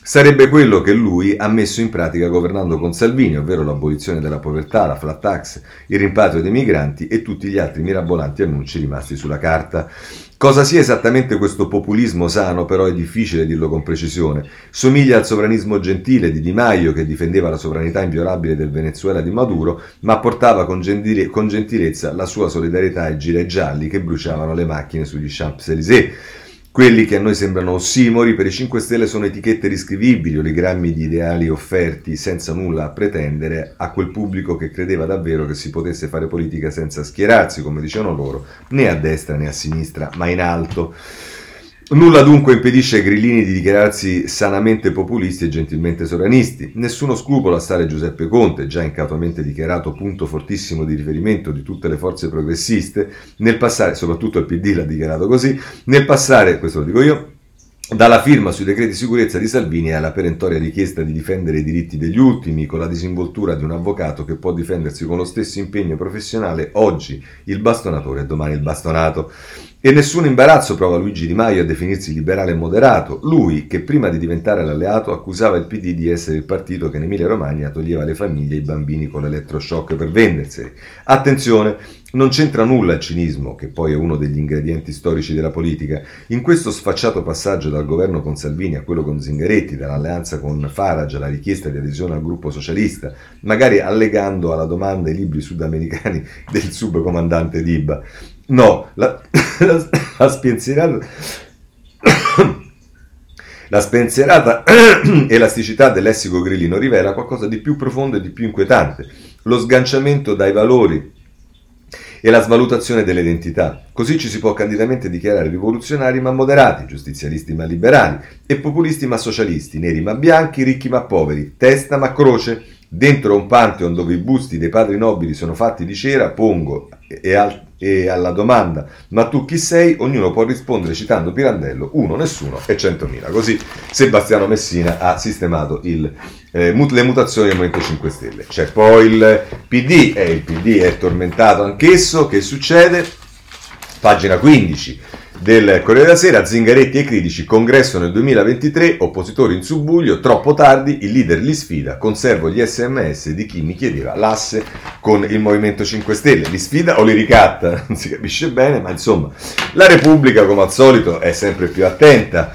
sarebbe quello che lui ha messo in pratica governando con Salvini, ovvero l'abolizione della povertà, la flat tax, il rimpatrio dei migranti e tutti gli altri mirabolanti annunci rimasti sulla carta. Cosa sia esattamente questo populismo sano, però, è difficile dirlo con precisione. Somiglia al sovranismo gentile di Di Maio, che difendeva la sovranità inviolabile del Venezuela di Maduro, ma portava con gentilezza la sua solidarietà ai gialli che bruciavano le macchine sugli Champs-Élysées. Quelli che a noi sembrano ossimori, per i 5 Stelle sono etichette riscrivibili, oligrammi di ideali offerti senza nulla a pretendere a quel pubblico che credeva davvero che si potesse fare politica senza schierarsi, come dicevano loro, né a destra né a sinistra, ma in alto. Nulla dunque impedisce ai grillini di dichiararsi sanamente populisti e gentilmente sovranisti. Nessuno scrupolo a stare Giuseppe Conte, già incautamente dichiarato punto fortissimo di riferimento di tutte le forze progressiste, nel passare, soprattutto il PD l'ha dichiarato così, nel passare, questo lo dico io, dalla firma sui decreti sicurezza di Salvini alla perentoria richiesta di difendere i diritti degli ultimi, con la disinvoltura di un avvocato che può difendersi con lo stesso impegno professionale oggi il bastonatore e domani il bastonato. E nessun imbarazzo prova Luigi Di Maio a definirsi liberale e moderato, lui che prima di diventare l'alleato accusava il PD di essere il partito che in Emilia-Romagna toglieva alle famiglie i bambini con l'elettroshock per venderseli. Attenzione, non c'entra nulla il cinismo, che poi è uno degli ingredienti storici della politica. In questo sfacciato passaggio dal governo con Salvini a quello con Zingaretti, dall'alleanza con Farage alla richiesta di adesione al gruppo socialista, magari allegando alla domanda i libri sudamericani del subcomandante Diba. No, la spensierata elasticità del lessico grillino rivela qualcosa di più profondo e di più inquietante, lo sganciamento dai valori e la svalutazione delle identità. Così ci si può candidamente dichiarare rivoluzionari ma moderati, giustizialisti ma liberali, e populisti ma socialisti, neri ma bianchi, ricchi ma poveri, testa ma croce. Dentro un pantheon dove i busti dei padri nobili sono fatti di cera, pongo e alla domanda ma tu chi sei? Ognuno può rispondere citando Pirandello, uno, nessuno e 100.000. Così Sebastiano Messina ha sistemato le mutazioni del Movimento 5 Stelle. C'è poi il PD, il PD è tormentato anch'esso. Che succede? Pagina 15 del Corriere della Sera, Zingaretti e i critici, congresso nel 2023, oppositori in subbuglio, troppo tardi, il leader li sfida, conservo gli SMS di chi mi chiedeva l'asse con il Movimento 5 Stelle, li sfida o li ricatta, non si capisce bene, ma insomma, la Repubblica come al solito è sempre più attenta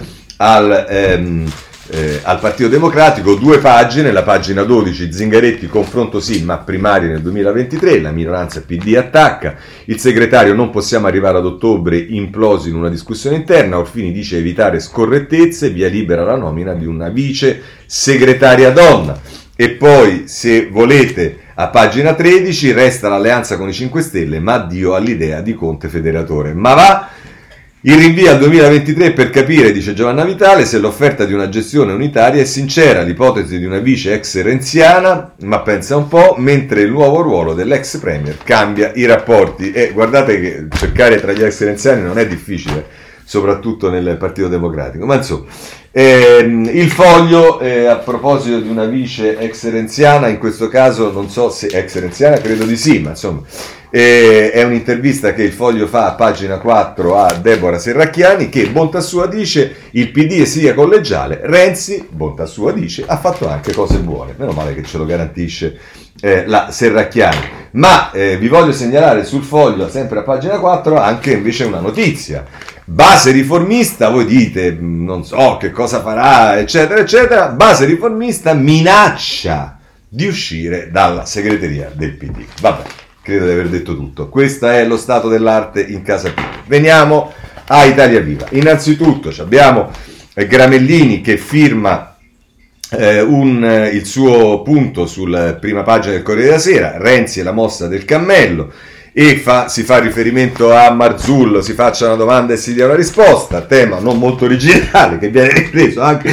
al Partito Democratico, 2 pagine, la pagina 12, Zingaretti, confronto sì, ma primarie nel 2023, la minoranza PD attacca, il segretario non possiamo arrivare ad ottobre implosi in una discussione interna, Orfini dice evitare scorrettezze, via libera la nomina di una vice segretaria donna. E poi, se volete, a pagina 13 resta l'alleanza con i 5 Stelle, ma addio all'idea di Conte federatore. Ma va! Il rinvio al 2023 per capire, dice Giovanna Vitale, se l'offerta di una gestione unitaria è sincera, l'ipotesi di una vice ex renziana, ma pensa un po', mentre il nuovo ruolo dell'ex premier cambia i rapporti. E guardate che cercare tra gli ex renziani non è difficile, soprattutto nel Partito Democratico. Ma insomma, il Foglio, a proposito di una vice ex renziana, in questo caso non so se ex renziana, credo di sì, ma insomma... è un'intervista che il Foglio fa a pagina 4 a Deborah Serracchiani, che bontà sua dice il PD è sia collegiale, Renzi, bontà sua dice, ha fatto anche cose buone, meno male che ce lo garantisce la Serracchiani. Ma vi voglio segnalare sul Foglio, sempre a pagina 4, anche invece una notizia. Base riformista, voi dite non so che cosa farà, eccetera eccetera, base riformista minaccia di uscire dalla segreteria del PD. Vabbè, credo di aver detto tutto. Questo è lo stato dell'arte in casa PD. Veniamo a Italia Viva. Innanzitutto abbiamo Gramellini che firma il suo punto sulla prima pagina del Corriere della Sera, Renzi e la mossa del cammello, e si fa riferimento a Marzullo, si faccia una domanda e si dia una risposta, tema non molto originale che viene ripreso anche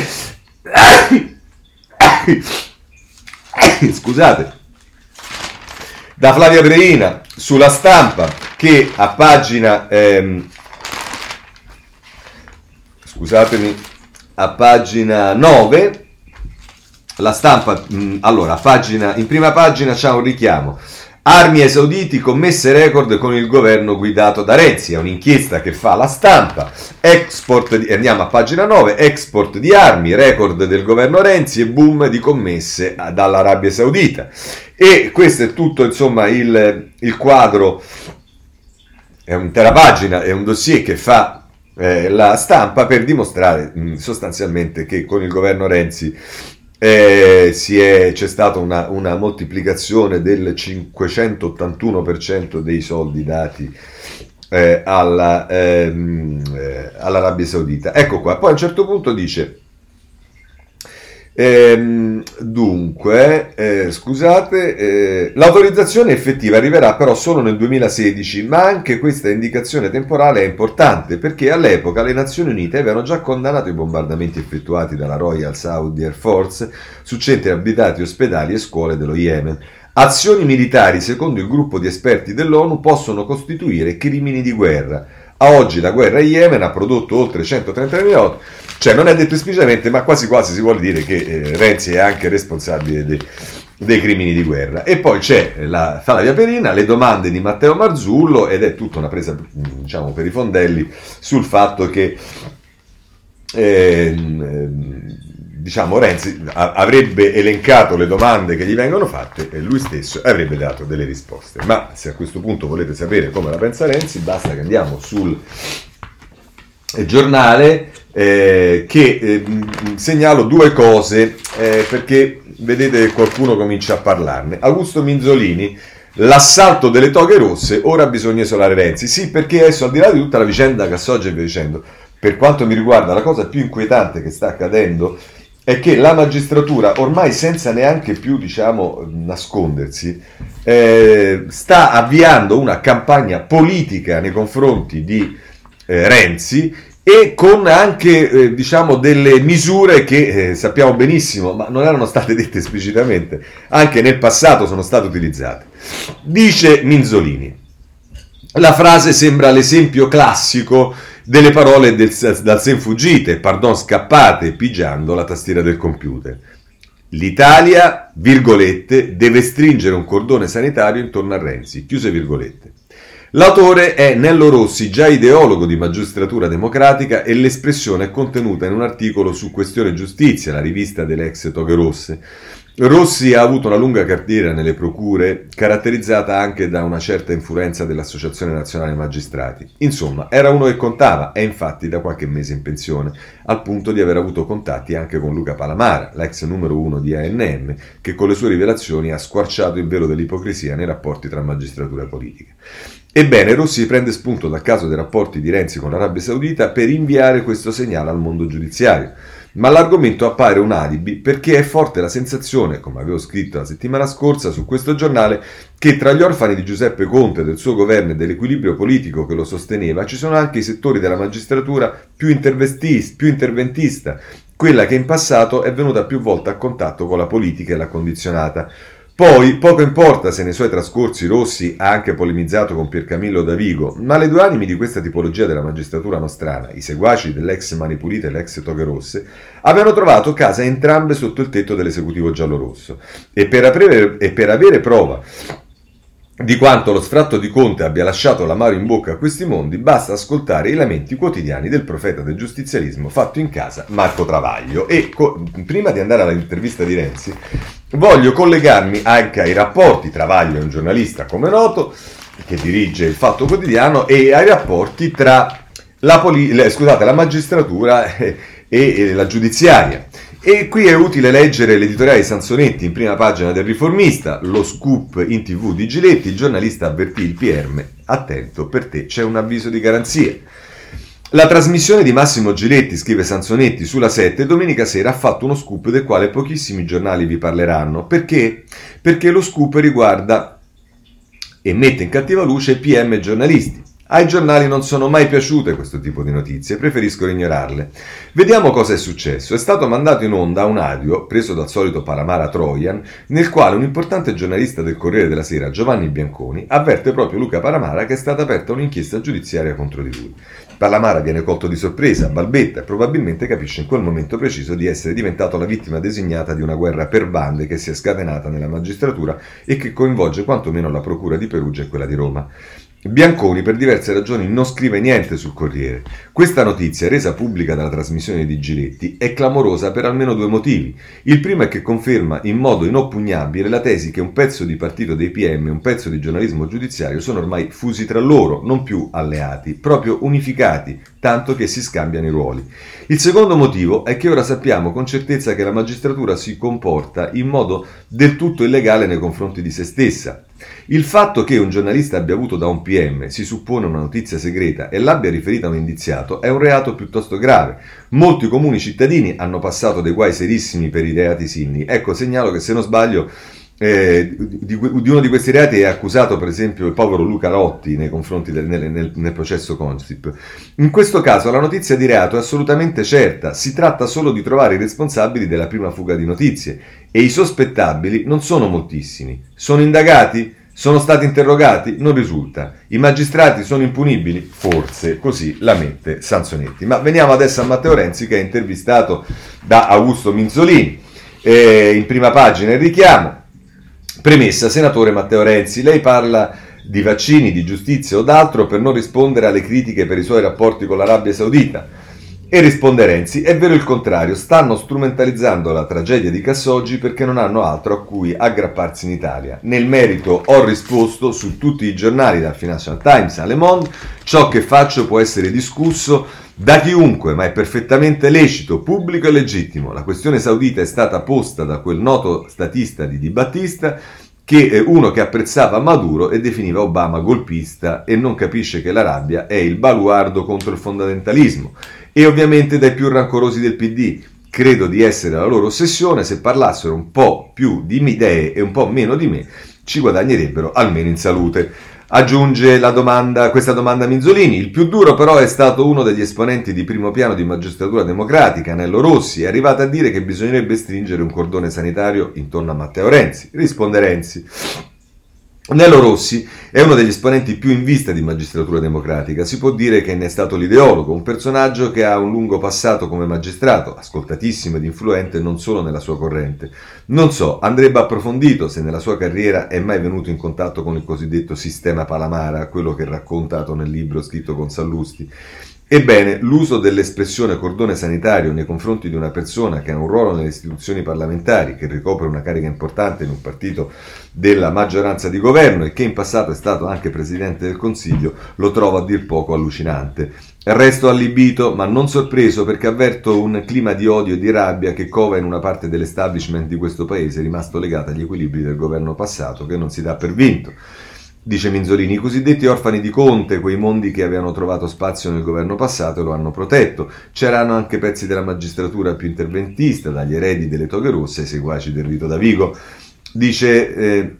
scusate, da Flavia Breina sulla Stampa, che a pagina a pagina 9 la Stampa, allora in prima pagina c'è un richiamo Armi ai sauditi, commesse record con il governo guidato da Renzi. È un'inchiesta che fa La Stampa. Andiamo a pagina 9. Export di armi, record del governo Renzi e boom di commesse dall'Arabia Saudita. E questo è tutto, insomma, il quadro. È un'intera pagina, è un dossier che fa La Stampa per dimostrare sostanzialmente che con il governo Renzi c'è stata una moltiplicazione del 581% dei soldi dati all'Arabia Saudita. Ecco qua, poi a un certo punto dice l'autorizzazione effettiva arriverà però solo nel 2016, ma anche questa indicazione temporale è importante perché all'epoca le Nazioni Unite avevano già condannato i bombardamenti effettuati dalla Royal Saudi Air Force su centri abitati, ospedali e scuole dello Yemen. Azioni militari, secondo il gruppo di esperti dell'ONU, possono costituire crimini di guerra. A oggi la guerra in Yemen ha prodotto oltre 130.000 morti. Cioè non è detto esplicitamente, ma quasi quasi si vuol dire che Renzi è anche responsabile dei crimini di guerra. E poi c'è Flavia Perina, le domande di Matteo Marzullo, ed è tutta una presa, diciamo, per i fondelli sul fatto che diciamo Renzi avrebbe elencato le domande che gli vengono fatte e lui stesso avrebbe dato delle risposte. Ma se a questo punto volete sapere come la pensa Renzi, basta che andiamo sul giornale che segnalo due cose perché vedete che qualcuno comincia a parlarne. Augusto Minzolini: l'assalto delle toghe rosse, ora bisogna isolare Renzi. Sì, perché adesso, al di là di tutta la vicenda Cassoggio e via dicendo, per quanto mi riguarda la cosa più inquietante che sta accadendo è che la magistratura, ormai senza neanche più, diciamo, nascondersi, sta avviando una campagna politica nei confronti di Renzi, e con anche diciamo delle misure che sappiamo benissimo, ma non erano state dette esplicitamente, anche nel passato sono state utilizzate. Dice Minzolini: la frase sembra l'esempio classico delle parole dal sen fuggite, pardon scappate, pigiando la tastiera del computer. L'Italia, virgolette, deve stringere un cordone sanitario intorno a Renzi, chiuse virgolette. L'autore è Nello Rossi, già ideologo di Magistratura Democratica, e l'espressione è contenuta in un articolo su Questione Giustizia, la rivista delle ex toghe rosse. Rossi ha avuto una lunga carriera nelle procure, caratterizzata anche da una certa influenza dell'Associazione Nazionale Magistrati. Insomma, era uno che contava, è infatti da qualche mese in pensione, al punto di aver avuto contatti anche con Luca Palamara, l'ex numero 1 di ANM, che con le sue rivelazioni ha squarciato il velo dell'ipocrisia nei rapporti tra magistratura e politica. Ebbene, Rossi prende spunto dal caso dei rapporti di Renzi con l'Arabia Saudita per inviare questo segnale al mondo giudiziario. Ma l'argomento appare un alibi perché è forte la sensazione, come avevo scritto la settimana scorsa su questo giornale, che tra gli orfani di Giuseppe Conte, del suo governo e dell'equilibrio politico che lo sosteneva, ci sono anche i settori della magistratura più interventista, quella che in passato è venuta più volte a contatto con la politica e l'ha condizionata. Poi, poco importa se nei suoi trascorsi Rossi ha anche polemizzato con Piercamillo Davigo, ma le due anime di questa tipologia della magistratura nostrana, i seguaci dell'ex Mani Pulite e l'ex Toghe Rosse, avevano trovato casa entrambe sotto il tetto dell'esecutivo giallorosso. E per avere prova di quanto lo sfratto di Conte abbia lasciato l'amaro in bocca a questi mondi, basta ascoltare i lamenti quotidiani del profeta del giustizialismo fatto in casa Marco Travaglio. E prima di andare all'intervista di Renzi, voglio collegarmi anche ai rapporti. Travaglio è un giornalista, come noto, che dirige il Fatto Quotidiano, e ai rapporti tra la magistratura e la giudiziaria. E qui è utile leggere l'editoriale di Sansonetti in prima pagina del Riformista, lo scoop in TV di Giletti. Il giornalista avvertì il PM: attento, per te c'è un avviso di garanzia. La trasmissione di Massimo Giletti, scrive Sansonetti, sulla 7 domenica sera ha fatto uno scoop del quale pochissimi giornali vi parleranno. Perché? Perché lo scoop riguarda e mette in cattiva luce PM e giornalisti. Ai giornali non sono mai piaciute questo tipo di notizie, preferiscono ignorarle. Vediamo cosa è successo. È stato mandato in onda un audio, preso dal solito Palamara Trojan, nel quale un importante giornalista del Corriere della Sera, Giovanni Bianconi, avverte proprio Luca Palamara che è stata aperta un'inchiesta giudiziaria contro di lui. Palamara viene colto di sorpresa, balbetta e probabilmente capisce in quel momento preciso di essere diventato la vittima designata di una guerra per bande che si è scatenata nella magistratura e che coinvolge quantomeno la procura di Perugia e quella di Roma. Bianconi per diverse ragioni non scrive niente sul Corriere. Questa notizia, resa pubblica dalla trasmissione di Giletti, è clamorosa per almeno due motivi. Il primo è che conferma in modo inoppugnabile la tesi che un pezzo di partito dei PM e un pezzo di giornalismo giudiziario sono ormai fusi tra loro, non più alleati, proprio unificati, tanto che si scambiano i ruoli. Il secondo motivo è che ora sappiamo con certezza che la magistratura si comporta in modo del tutto illegale nei confronti di se stessa. Il fatto che un giornalista abbia avuto da un PM, si suppone una notizia segreta, e l'abbia riferita a un indiziato è un reato piuttosto grave. Molti comuni cittadini hanno passato dei guai serissimi per i reati simili. Ecco, segnalo che se non sbaglio di uno di questi reati è accusato per esempio il povero Luca Lotti nei confronti nel processo Consip. In questo caso la notizia di reato è assolutamente certa, si tratta solo di trovare i responsabili della prima fuga di notizie e i sospettabili non sono moltissimi. Sono indagati? Sono stati interrogati? Non risulta. I magistrati sono impunibili? Forse, così la mette Sansonetti. Ma veniamo adesso a Matteo Renzi che è intervistato da Augusto Minzolini. In prima pagina il richiamo. Premessa, senatore Matteo Renzi, lei parla di vaccini, di giustizia o d'altro per non rispondere alle critiche per i suoi rapporti con l'Arabia Saudita. E risponde Renzi, è vero il contrario, stanno strumentalizzando la tragedia di Khashoggi perché non hanno altro a cui aggrapparsi in Italia. Nel merito ho risposto su tutti i giornali, dal Financial Times a Le Monde, ciò che faccio può essere discusso da chiunque, ma è perfettamente lecito, pubblico e legittimo. La questione saudita è stata posta da quel noto statista di Di Battista, che è uno che apprezzava Maduro e definiva Obama golpista e non capisce che l'Arabia è il baluardo contro il fondamentalismo. E ovviamente dai più rancorosi del PD. Credo di essere la loro ossessione, se parlassero un po' più di idee e un po' meno di me, ci guadagnerebbero almeno in salute. Aggiunge questa domanda Minzolini. Il più duro però è stato uno degli esponenti di primo piano di Magistratura Democratica, Nello Rossi, è arrivato a dire che bisognerebbe stringere un cordone sanitario intorno a Matteo Renzi. Risponde Renzi. Nello Rossi è uno degli esponenti più in vista di Magistratura Democratica, si può dire che ne è stato l'ideologo, un personaggio che ha un lungo passato come magistrato, ascoltatissimo ed influente non solo nella sua corrente. Non so, andrebbe approfondito se nella sua carriera è mai venuto in contatto con il cosiddetto sistema Palamara, quello che è raccontato nel libro scritto con Sallusti. Ebbene, l'uso dell'espressione cordone sanitario nei confronti di una persona che ha un ruolo nelle istituzioni parlamentari, che ricopre una carica importante in un partito della maggioranza di governo e che in passato è stato anche Presidente del Consiglio, lo trovo a dir poco allucinante. Resto allibito, ma non sorpreso, perché avverto un clima di odio e di rabbia che cova in una parte dell'establishment di questo paese rimasto legato agli equilibri del governo passato, che non si dà per vinto. Dice Minzolini, i cosiddetti orfani di Conte, quei mondi che avevano trovato spazio nel governo passato e lo hanno protetto. C'erano anche pezzi della magistratura più interventista, dagli eredi delle toghe rosse ai seguaci del rito da Vigo. Dice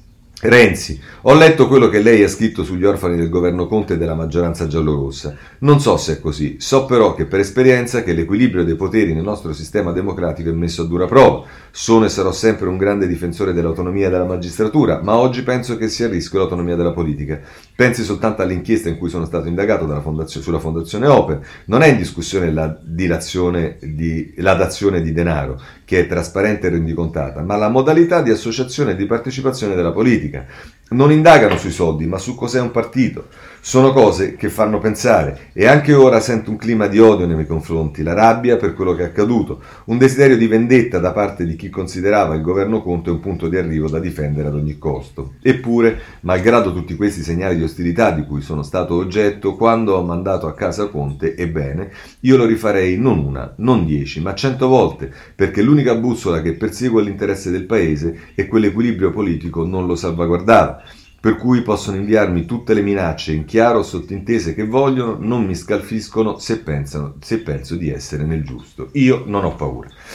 Renzi, ho letto quello che lei ha scritto sugli orfani del governo Conte e della maggioranza giallorossa. Non so se è così, so però che per esperienza che l'equilibrio dei poteri nel nostro sistema democratico è messo a dura prova. Sono e sarò sempre un grande difensore dell'autonomia della magistratura, ma oggi penso che sia a rischio l'autonomia della politica. Pensi soltanto all'inchiesta in cui sono stato indagato sulla Fondazione Open. Non è in discussione la dazione di denaro, che è trasparente e rendicontata, ma la modalità di associazione e di partecipazione della politica. Non indagano sui soldi, ma su cos'è un partito. Sono cose che fanno pensare e anche ora sento un clima di odio nei miei confronti, la rabbia per quello che è accaduto, un desiderio di vendetta da parte di chi considerava il governo Conte un punto di arrivo da difendere ad ogni costo. Eppure, malgrado tutti questi segnali di ostilità di cui sono stato oggetto, quando ho mandato a casa Conte, ebbene, io lo rifarei non una, non 10, ma 100 volte, perché l'unica bussola che perseguo all'interesse del paese e quell'equilibrio politico non lo salvaguardava. Per cui possono inviarmi tutte le minacce in chiaro o sottintese che vogliono, non mi scalfiscono se penso di essere nel giusto. Io non ho paura.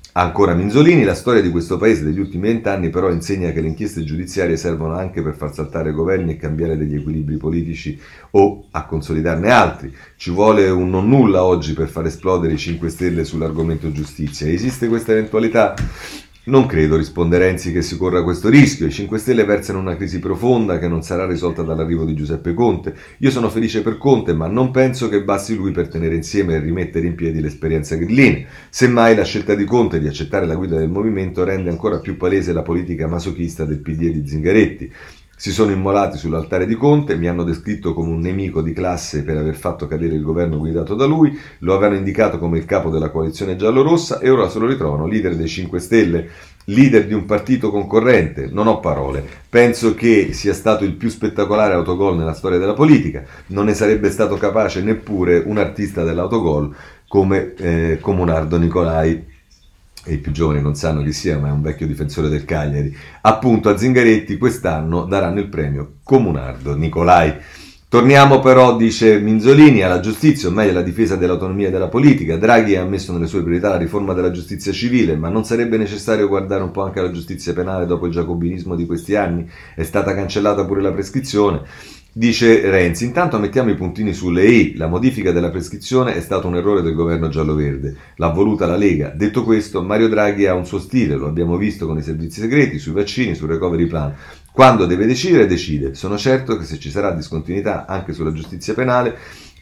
Ancora Minzolini, la storia di questo paese degli ultimi 20 anni però insegna che le inchieste giudiziarie servono anche per far saltare governi e cambiare degli equilibri politici o a consolidarne altri. Ci vuole un non nulla oggi per far esplodere i 5 Stelle sull'argomento giustizia. Esiste questa eventualità? Non credo, risponde Renzi, che si corra questo rischio. I 5 Stelle versano in una crisi profonda che non sarà risolta dall'arrivo di Giuseppe Conte. Io sono felice per Conte, ma non penso che basti lui per tenere insieme e rimettere in piedi l'esperienza grillina. Semmai la scelta di Conte di accettare la guida del movimento rende ancora più palese la politica masochista del PD e di Zingaretti. Si sono immolati sull'altare di Conte, mi hanno descritto come un nemico di classe per aver fatto cadere il governo guidato da lui, lo avevano indicato come il capo della coalizione giallorossa e ora se lo ritrovano leader dei 5 Stelle, leader di un partito concorrente. Non ho parole. Penso che sia stato il più spettacolare autogol nella storia della politica. Non ne sarebbe stato capace neppure un artista dell'autogol come Comunardo Nicolai. E i più giovani non sanno chi sia, ma è un vecchio difensore del Cagliari. Appunto a Zingaretti quest'anno daranno il premio Comunardo Nicolai. Torniamo però, dice Minzolini, alla giustizia, o meglio alla difesa dell'autonomia della politica. Draghi ha messo nelle sue priorità la riforma della giustizia civile, ma non sarebbe necessario guardare un po' anche alla giustizia penale dopo il giacobinismo di questi anni? È stata cancellata pure la prescrizione. Dice Renzi, intanto mettiamo i puntini sulle i, la modifica della prescrizione è stato un errore del governo giallo-verde, l'ha voluta la Lega. Detto questo, Mario Draghi ha un suo stile, lo abbiamo visto con i servizi segreti, sui vaccini, sul recovery plan. Quando deve decidere, decide. Sono certo che se ci sarà discontinuità anche sulla giustizia penale,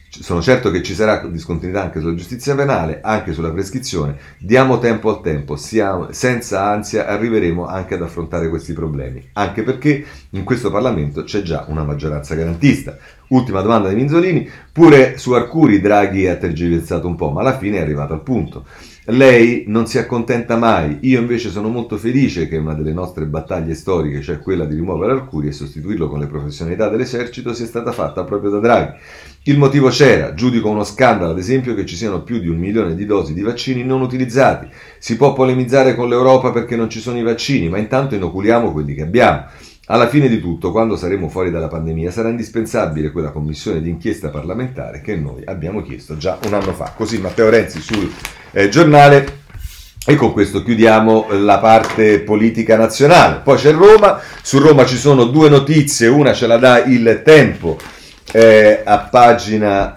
anche sulla prescrizione. Diamo tempo al tempo, senza ansia arriveremo anche ad affrontare questi problemi, anche perché in questo Parlamento c'è già una maggioranza garantista. Ultima domanda di Minzolini, pure su Arcuri Draghi ha tergiversato un po', ma alla fine è arrivato al punto. Lei non si accontenta mai, io invece sono molto felice che una delle nostre battaglie storiche, cioè quella di rimuovere Arcuri e sostituirlo con le professionalità dell'esercito, sia stata fatta proprio da Draghi. Il motivo c'era, giudico uno scandalo ad esempio che ci siano più di 1 milione di dosi di vaccini non utilizzati. Si può polemizzare con l'Europa perché non ci sono i vaccini, ma intanto inoculiamo quelli che abbiamo. Alla fine di tutto, quando saremo fuori dalla pandemia, sarà indispensabile quella commissione di inchiesta parlamentare che noi abbiamo chiesto già un anno fa. Così Matteo Renzi sul Giornale. E con questo chiudiamo la parte politica nazionale. Poi c'è Roma, su Roma ci sono 2 notizie, una ce la dà Il Tempo a pagina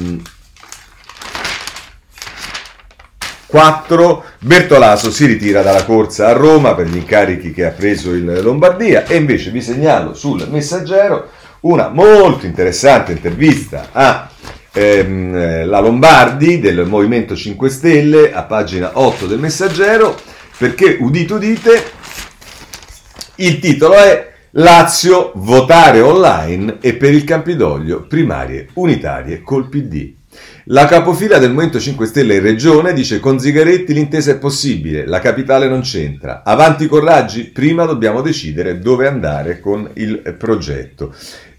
4, Bertolaso si ritira dalla corsa a Roma per gli incarichi che ha preso in Lombardia, e invece vi segnalo sul Messaggero una molto interessante intervista a la Lombardi del Movimento 5 Stelle a pagina 8 del Messaggero, perché udite udite, il titolo è Lazio, votare online e per il Campidoglio primarie unitarie col PD. La capofila del Movimento 5 Stelle in regione dice: con Zingaretti l'intesa è possibile, la capitale non c'entra. Avanti con Raggi, prima dobbiamo decidere dove andare con il progetto.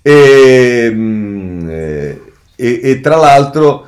E tra l'altro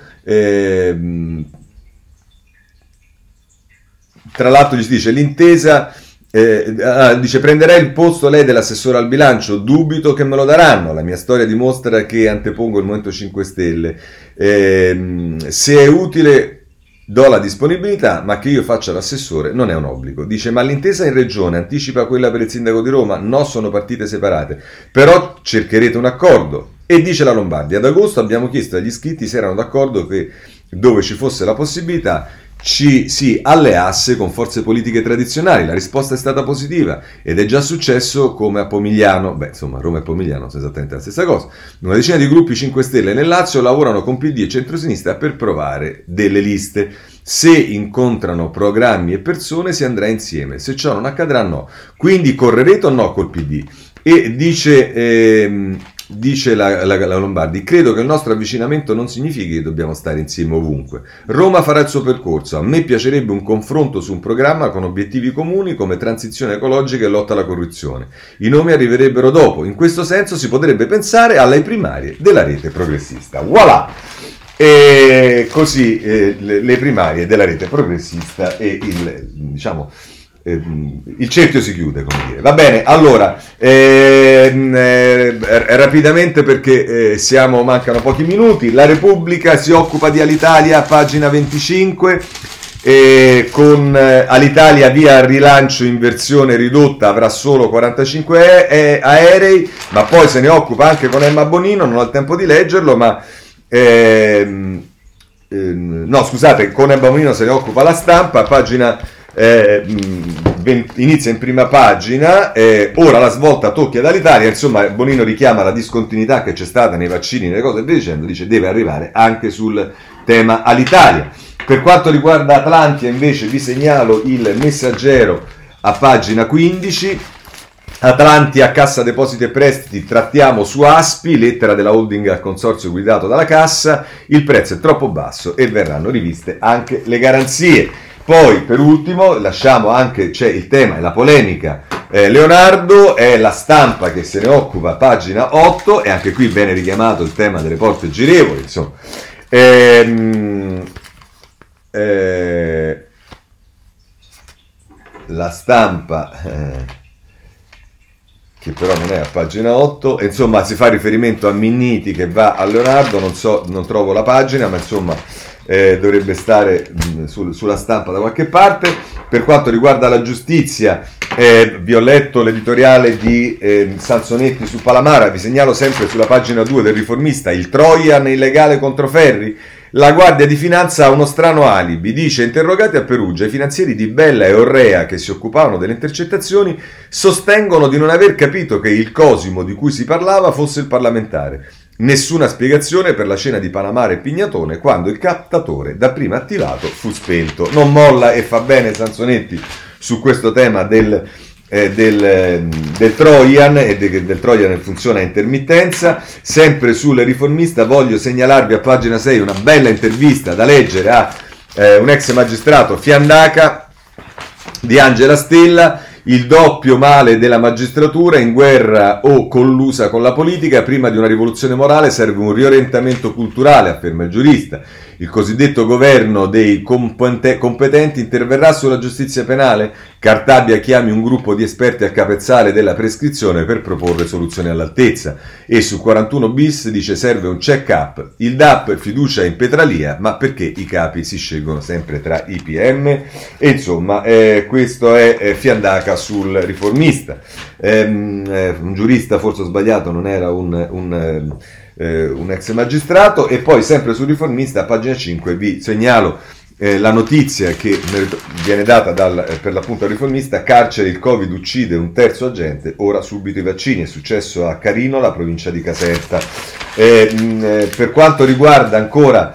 gli dice l'intesa. Dice: prenderei il posto lei dell'assessore al bilancio, dubito che me lo daranno, la mia storia dimostra che antepongo il Movimento 5 Stelle, se è utile do la disponibilità, ma che io faccia l'assessore non è un obbligo. Dice: ma l'intesa in regione anticipa quella per il sindaco di Roma? No, sono partite separate, però cercherete un accordo. E dice la Lombardi: ad agosto abbiamo chiesto agli iscritti se erano d'accordo che dove ci fosse la possibilità ci si alleasse con forze politiche tradizionali. La risposta è stata positiva ed è già successo come a Pomigliano. Roma e Pomigliano sono esattamente la stessa cosa. Una decina di gruppi 5 Stelle nel Lazio lavorano con PD e centrosinistra per provare delle liste. Se incontrano programmi e persone si andrà insieme, se ciò non accadrà no. Quindi correrete o no col PD? E dice la Lombardi: credo che il nostro avvicinamento non significhi che dobbiamo stare insieme ovunque. Roma farà il suo percorso, a me piacerebbe un confronto su un programma con obiettivi comuni come transizione ecologica e lotta alla corruzione. I nomi arriverebbero dopo, in questo senso si potrebbe pensare alle primarie della rete progressista. Voilà! E così le primarie della rete progressista e il cerchio si chiude, come dire. Va bene, allora rapidamente perché mancano pochi minuti. La Repubblica si occupa di Alitalia, pagina 25. con Alitalia via al rilancio in versione ridotta, avrà solo 45 aerei, ma poi se ne occupa anche con Emma Bonino, non ho il tempo di leggerlo, ma no scusate, con Emma Bonino se ne occupa La Stampa, pagina inizia in prima pagina, ora la svolta tocca dall'Italia, insomma Bonino richiama la discontinuità che c'è stata nei vaccini, nelle cose e via dicendo, dice deve arrivare anche sul tema Alitalia. Per quanto riguarda Atlantia invece vi segnalo il Messaggero a pagina 15, Atlantia, Cassa Depositi e Prestiti, trattiamo su Aspi, lettera della holding al consorzio guidato dalla Cassa, il prezzo è troppo basso e verranno riviste anche le garanzie. Poi per ultimo lasciamo anche, c'è il tema e la polemica, Leonardo, è La Stampa che se ne occupa, pagina 8, e anche qui viene richiamato il tema delle porte girevoli, insomma. La Stampa, che però non è a pagina 8, e insomma si fa riferimento a Minniti che va a Leonardo, non so, non trovo la pagina, ma insomma dovrebbe stare sulla Stampa da qualche parte. Per quanto riguarda la giustizia, vi ho letto l'editoriale di Sansonetti su Palamara, vi segnalo sempre sulla pagina 2 del Riformista, il Trojan illegale contro Ferri. La Guardia di Finanza ha uno strano alibi, dice: interrogati a Perugia, i finanzieri di Bella e Orrea che si occupavano delle intercettazioni sostengono di non aver capito che il Cosimo di cui si parlava fosse il parlamentare. Nessuna spiegazione per la cena di Palamara e Pignatone quando il captatore dapprima attivato fu spento. Non molla e fa bene Sansonetti su questo tema del Trojan e del Trojan funziona a intermittenza. Sempre sul Riformista voglio segnalarvi a pagina 6 una bella intervista da leggere a un ex magistrato, Fiandaca, di Angela Stella. Il doppio male della magistratura, in guerra o collusa con la politica, prima di una rivoluzione morale serve un riorientamento culturale, afferma il giurista. Il cosiddetto governo dei competenti interverrà sulla giustizia penale? Cartabia chiami un gruppo di esperti a capezzale della prescrizione per proporre soluzioni all'altezza. E su 41 bis dice serve un check-up. Il DAP fiducia in Petralia, ma perché i capi si scelgono sempre tra i PM? E insomma, questo è Fiandaca sul Riformista. Un giurista, forse ho sbagliato, non era un ex magistrato. E poi sempre sul Riformista a pagina 5 vi segnalo la notizia che viene data per l'appunto al Riformista: carcere, il Covid uccide un terzo agente, ora subito i vaccini. È successo a Carino, la provincia di Caserta. Per quanto riguarda ancora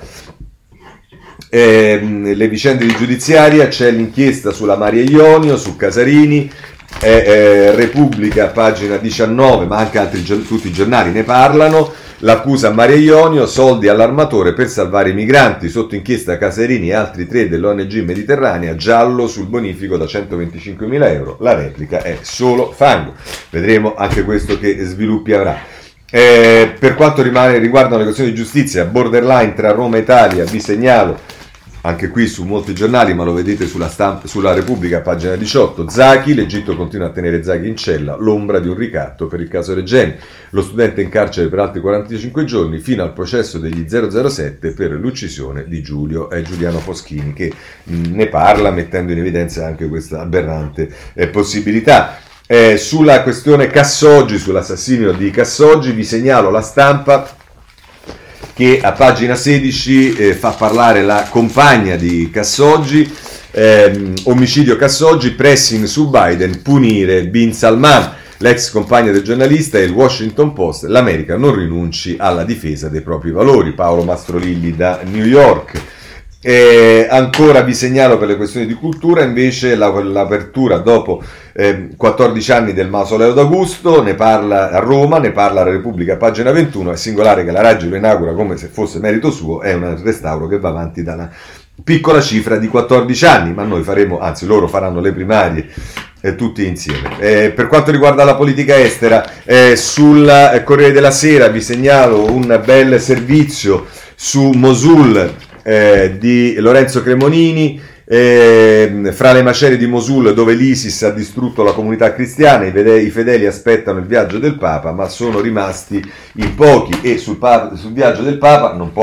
le vicende di giudiziaria, c'è l'inchiesta sulla Maria Ionio, su Casarini, Repubblica pagina 19, ma anche tutti i giornali ne parlano. L'accusa a Maria Ionio, soldi all'armatore per salvare i migranti, sotto inchiesta Casarini e altri 3 dell'ONG Mediterranea, giallo sul bonifico da 125.000 euro, la replica è solo fango. Vedremo anche questo che sviluppi avrà. Per quanto riguardano le questioni di giustizia, borderline tra Roma e Italia, vi segnalo anche qui su molti giornali, ma lo vedete sulla Repubblica, pagina 18, Zaki, l'Egitto continua a tenere Zaki in cella, l'ombra di un ricatto per il caso Regeni, lo studente in carcere per altri 45 giorni, fino al processo degli 007 per l'uccisione di Giuliano Foschini, che ne parla mettendo in evidenza anche questa aberrante possibilità. Sulla questione Cassoggi, sull'assassinio di Cassoggi, vi segnalo La Stampa, che a pagina 16 fa parlare la compagna di Cassoggi, omicidio Cassoggi, pressing su Biden, punire Bin Salman, l'ex compagna del giornalista, e il Washington Post, l'America non rinunci alla difesa dei propri valori, Paolo Mastrolilli da New York. Ancora vi segnalo per le questioni di cultura invece l'apertura dopo 14 anni del mausoleo d'Augusto, ne parla a Roma, ne parla la Repubblica, pagina 21. È singolare che la Raggi lo inaugura come se fosse merito suo, è un restauro che va avanti da una piccola cifra di 14 anni, ma noi faremo, anzi loro faranno le primarie tutti insieme. Per quanto riguarda la politica estera, sul Corriere della Sera vi segnalo un bel servizio su Mosul di Lorenzo Cremonini, fra le macerie di Mosul dove l'ISIS ha distrutto la comunità cristiana, i fedeli aspettano il viaggio del Papa, ma sono rimasti in pochi, e sul viaggio del Papa non può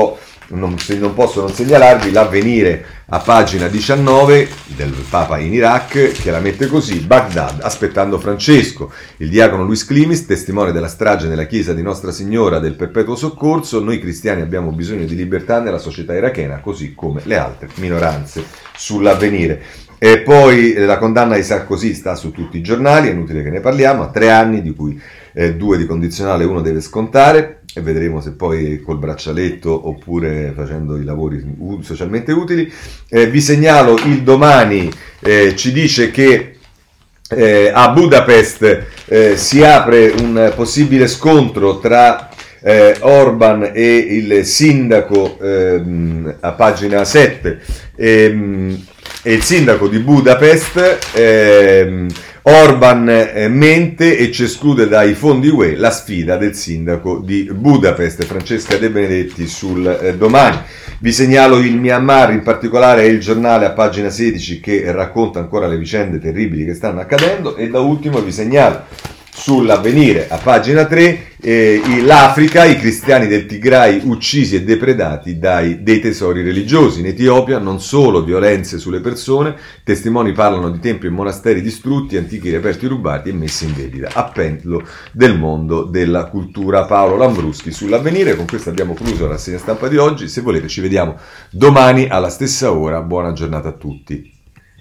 non posso non segnalarvi l'Avvenire a pagina 19 del Papa in Iraq, che la mette così: Baghdad, aspettando Francesco. Il diacono Luis Climis, testimone della strage nella chiesa di Nostra Signora del Perpetuo Soccorso: noi cristiani abbiamo bisogno di libertà nella società irachena, così come le altre minoranze, sull'Avvenire. E poi la condanna di Sarkozy sta su tutti i giornali, è inutile che ne parliamo, a 3 anni, di cui 2 di condizionale, 1 deve scontare, e vedremo se poi col braccialetto oppure facendo i lavori socialmente utili. Vi segnalo il Domani, ci dice che a Budapest si apre un possibile scontro tra Orban e il sindaco, a pagina 7, e il sindaco di Budapest. Orban mente e ci esclude dai fondi UE la sfida del sindaco di Budapest. Francesca De Benedetti sul Domani. Vi segnalo il Myanmar, in particolare il giornale a pagina 16 che racconta ancora le vicende terribili che stanno accadendo, e da ultimo vi segnalo sull'Avvenire a pagina 3 l'Africa, i cristiani del Tigray uccisi e depredati dei tesori religiosi. In Etiopia non solo violenze sulle persone, testimoni parlano di templi e monasteri distrutti, antichi reperti rubati e messi in vendita. Appello del mondo della cultura. Paolo Lambruschi sull'Avvenire. Con questo abbiamo concluso la rassegna stampa di oggi. Se volete ci vediamo domani alla stessa ora. Buona giornata a tutti.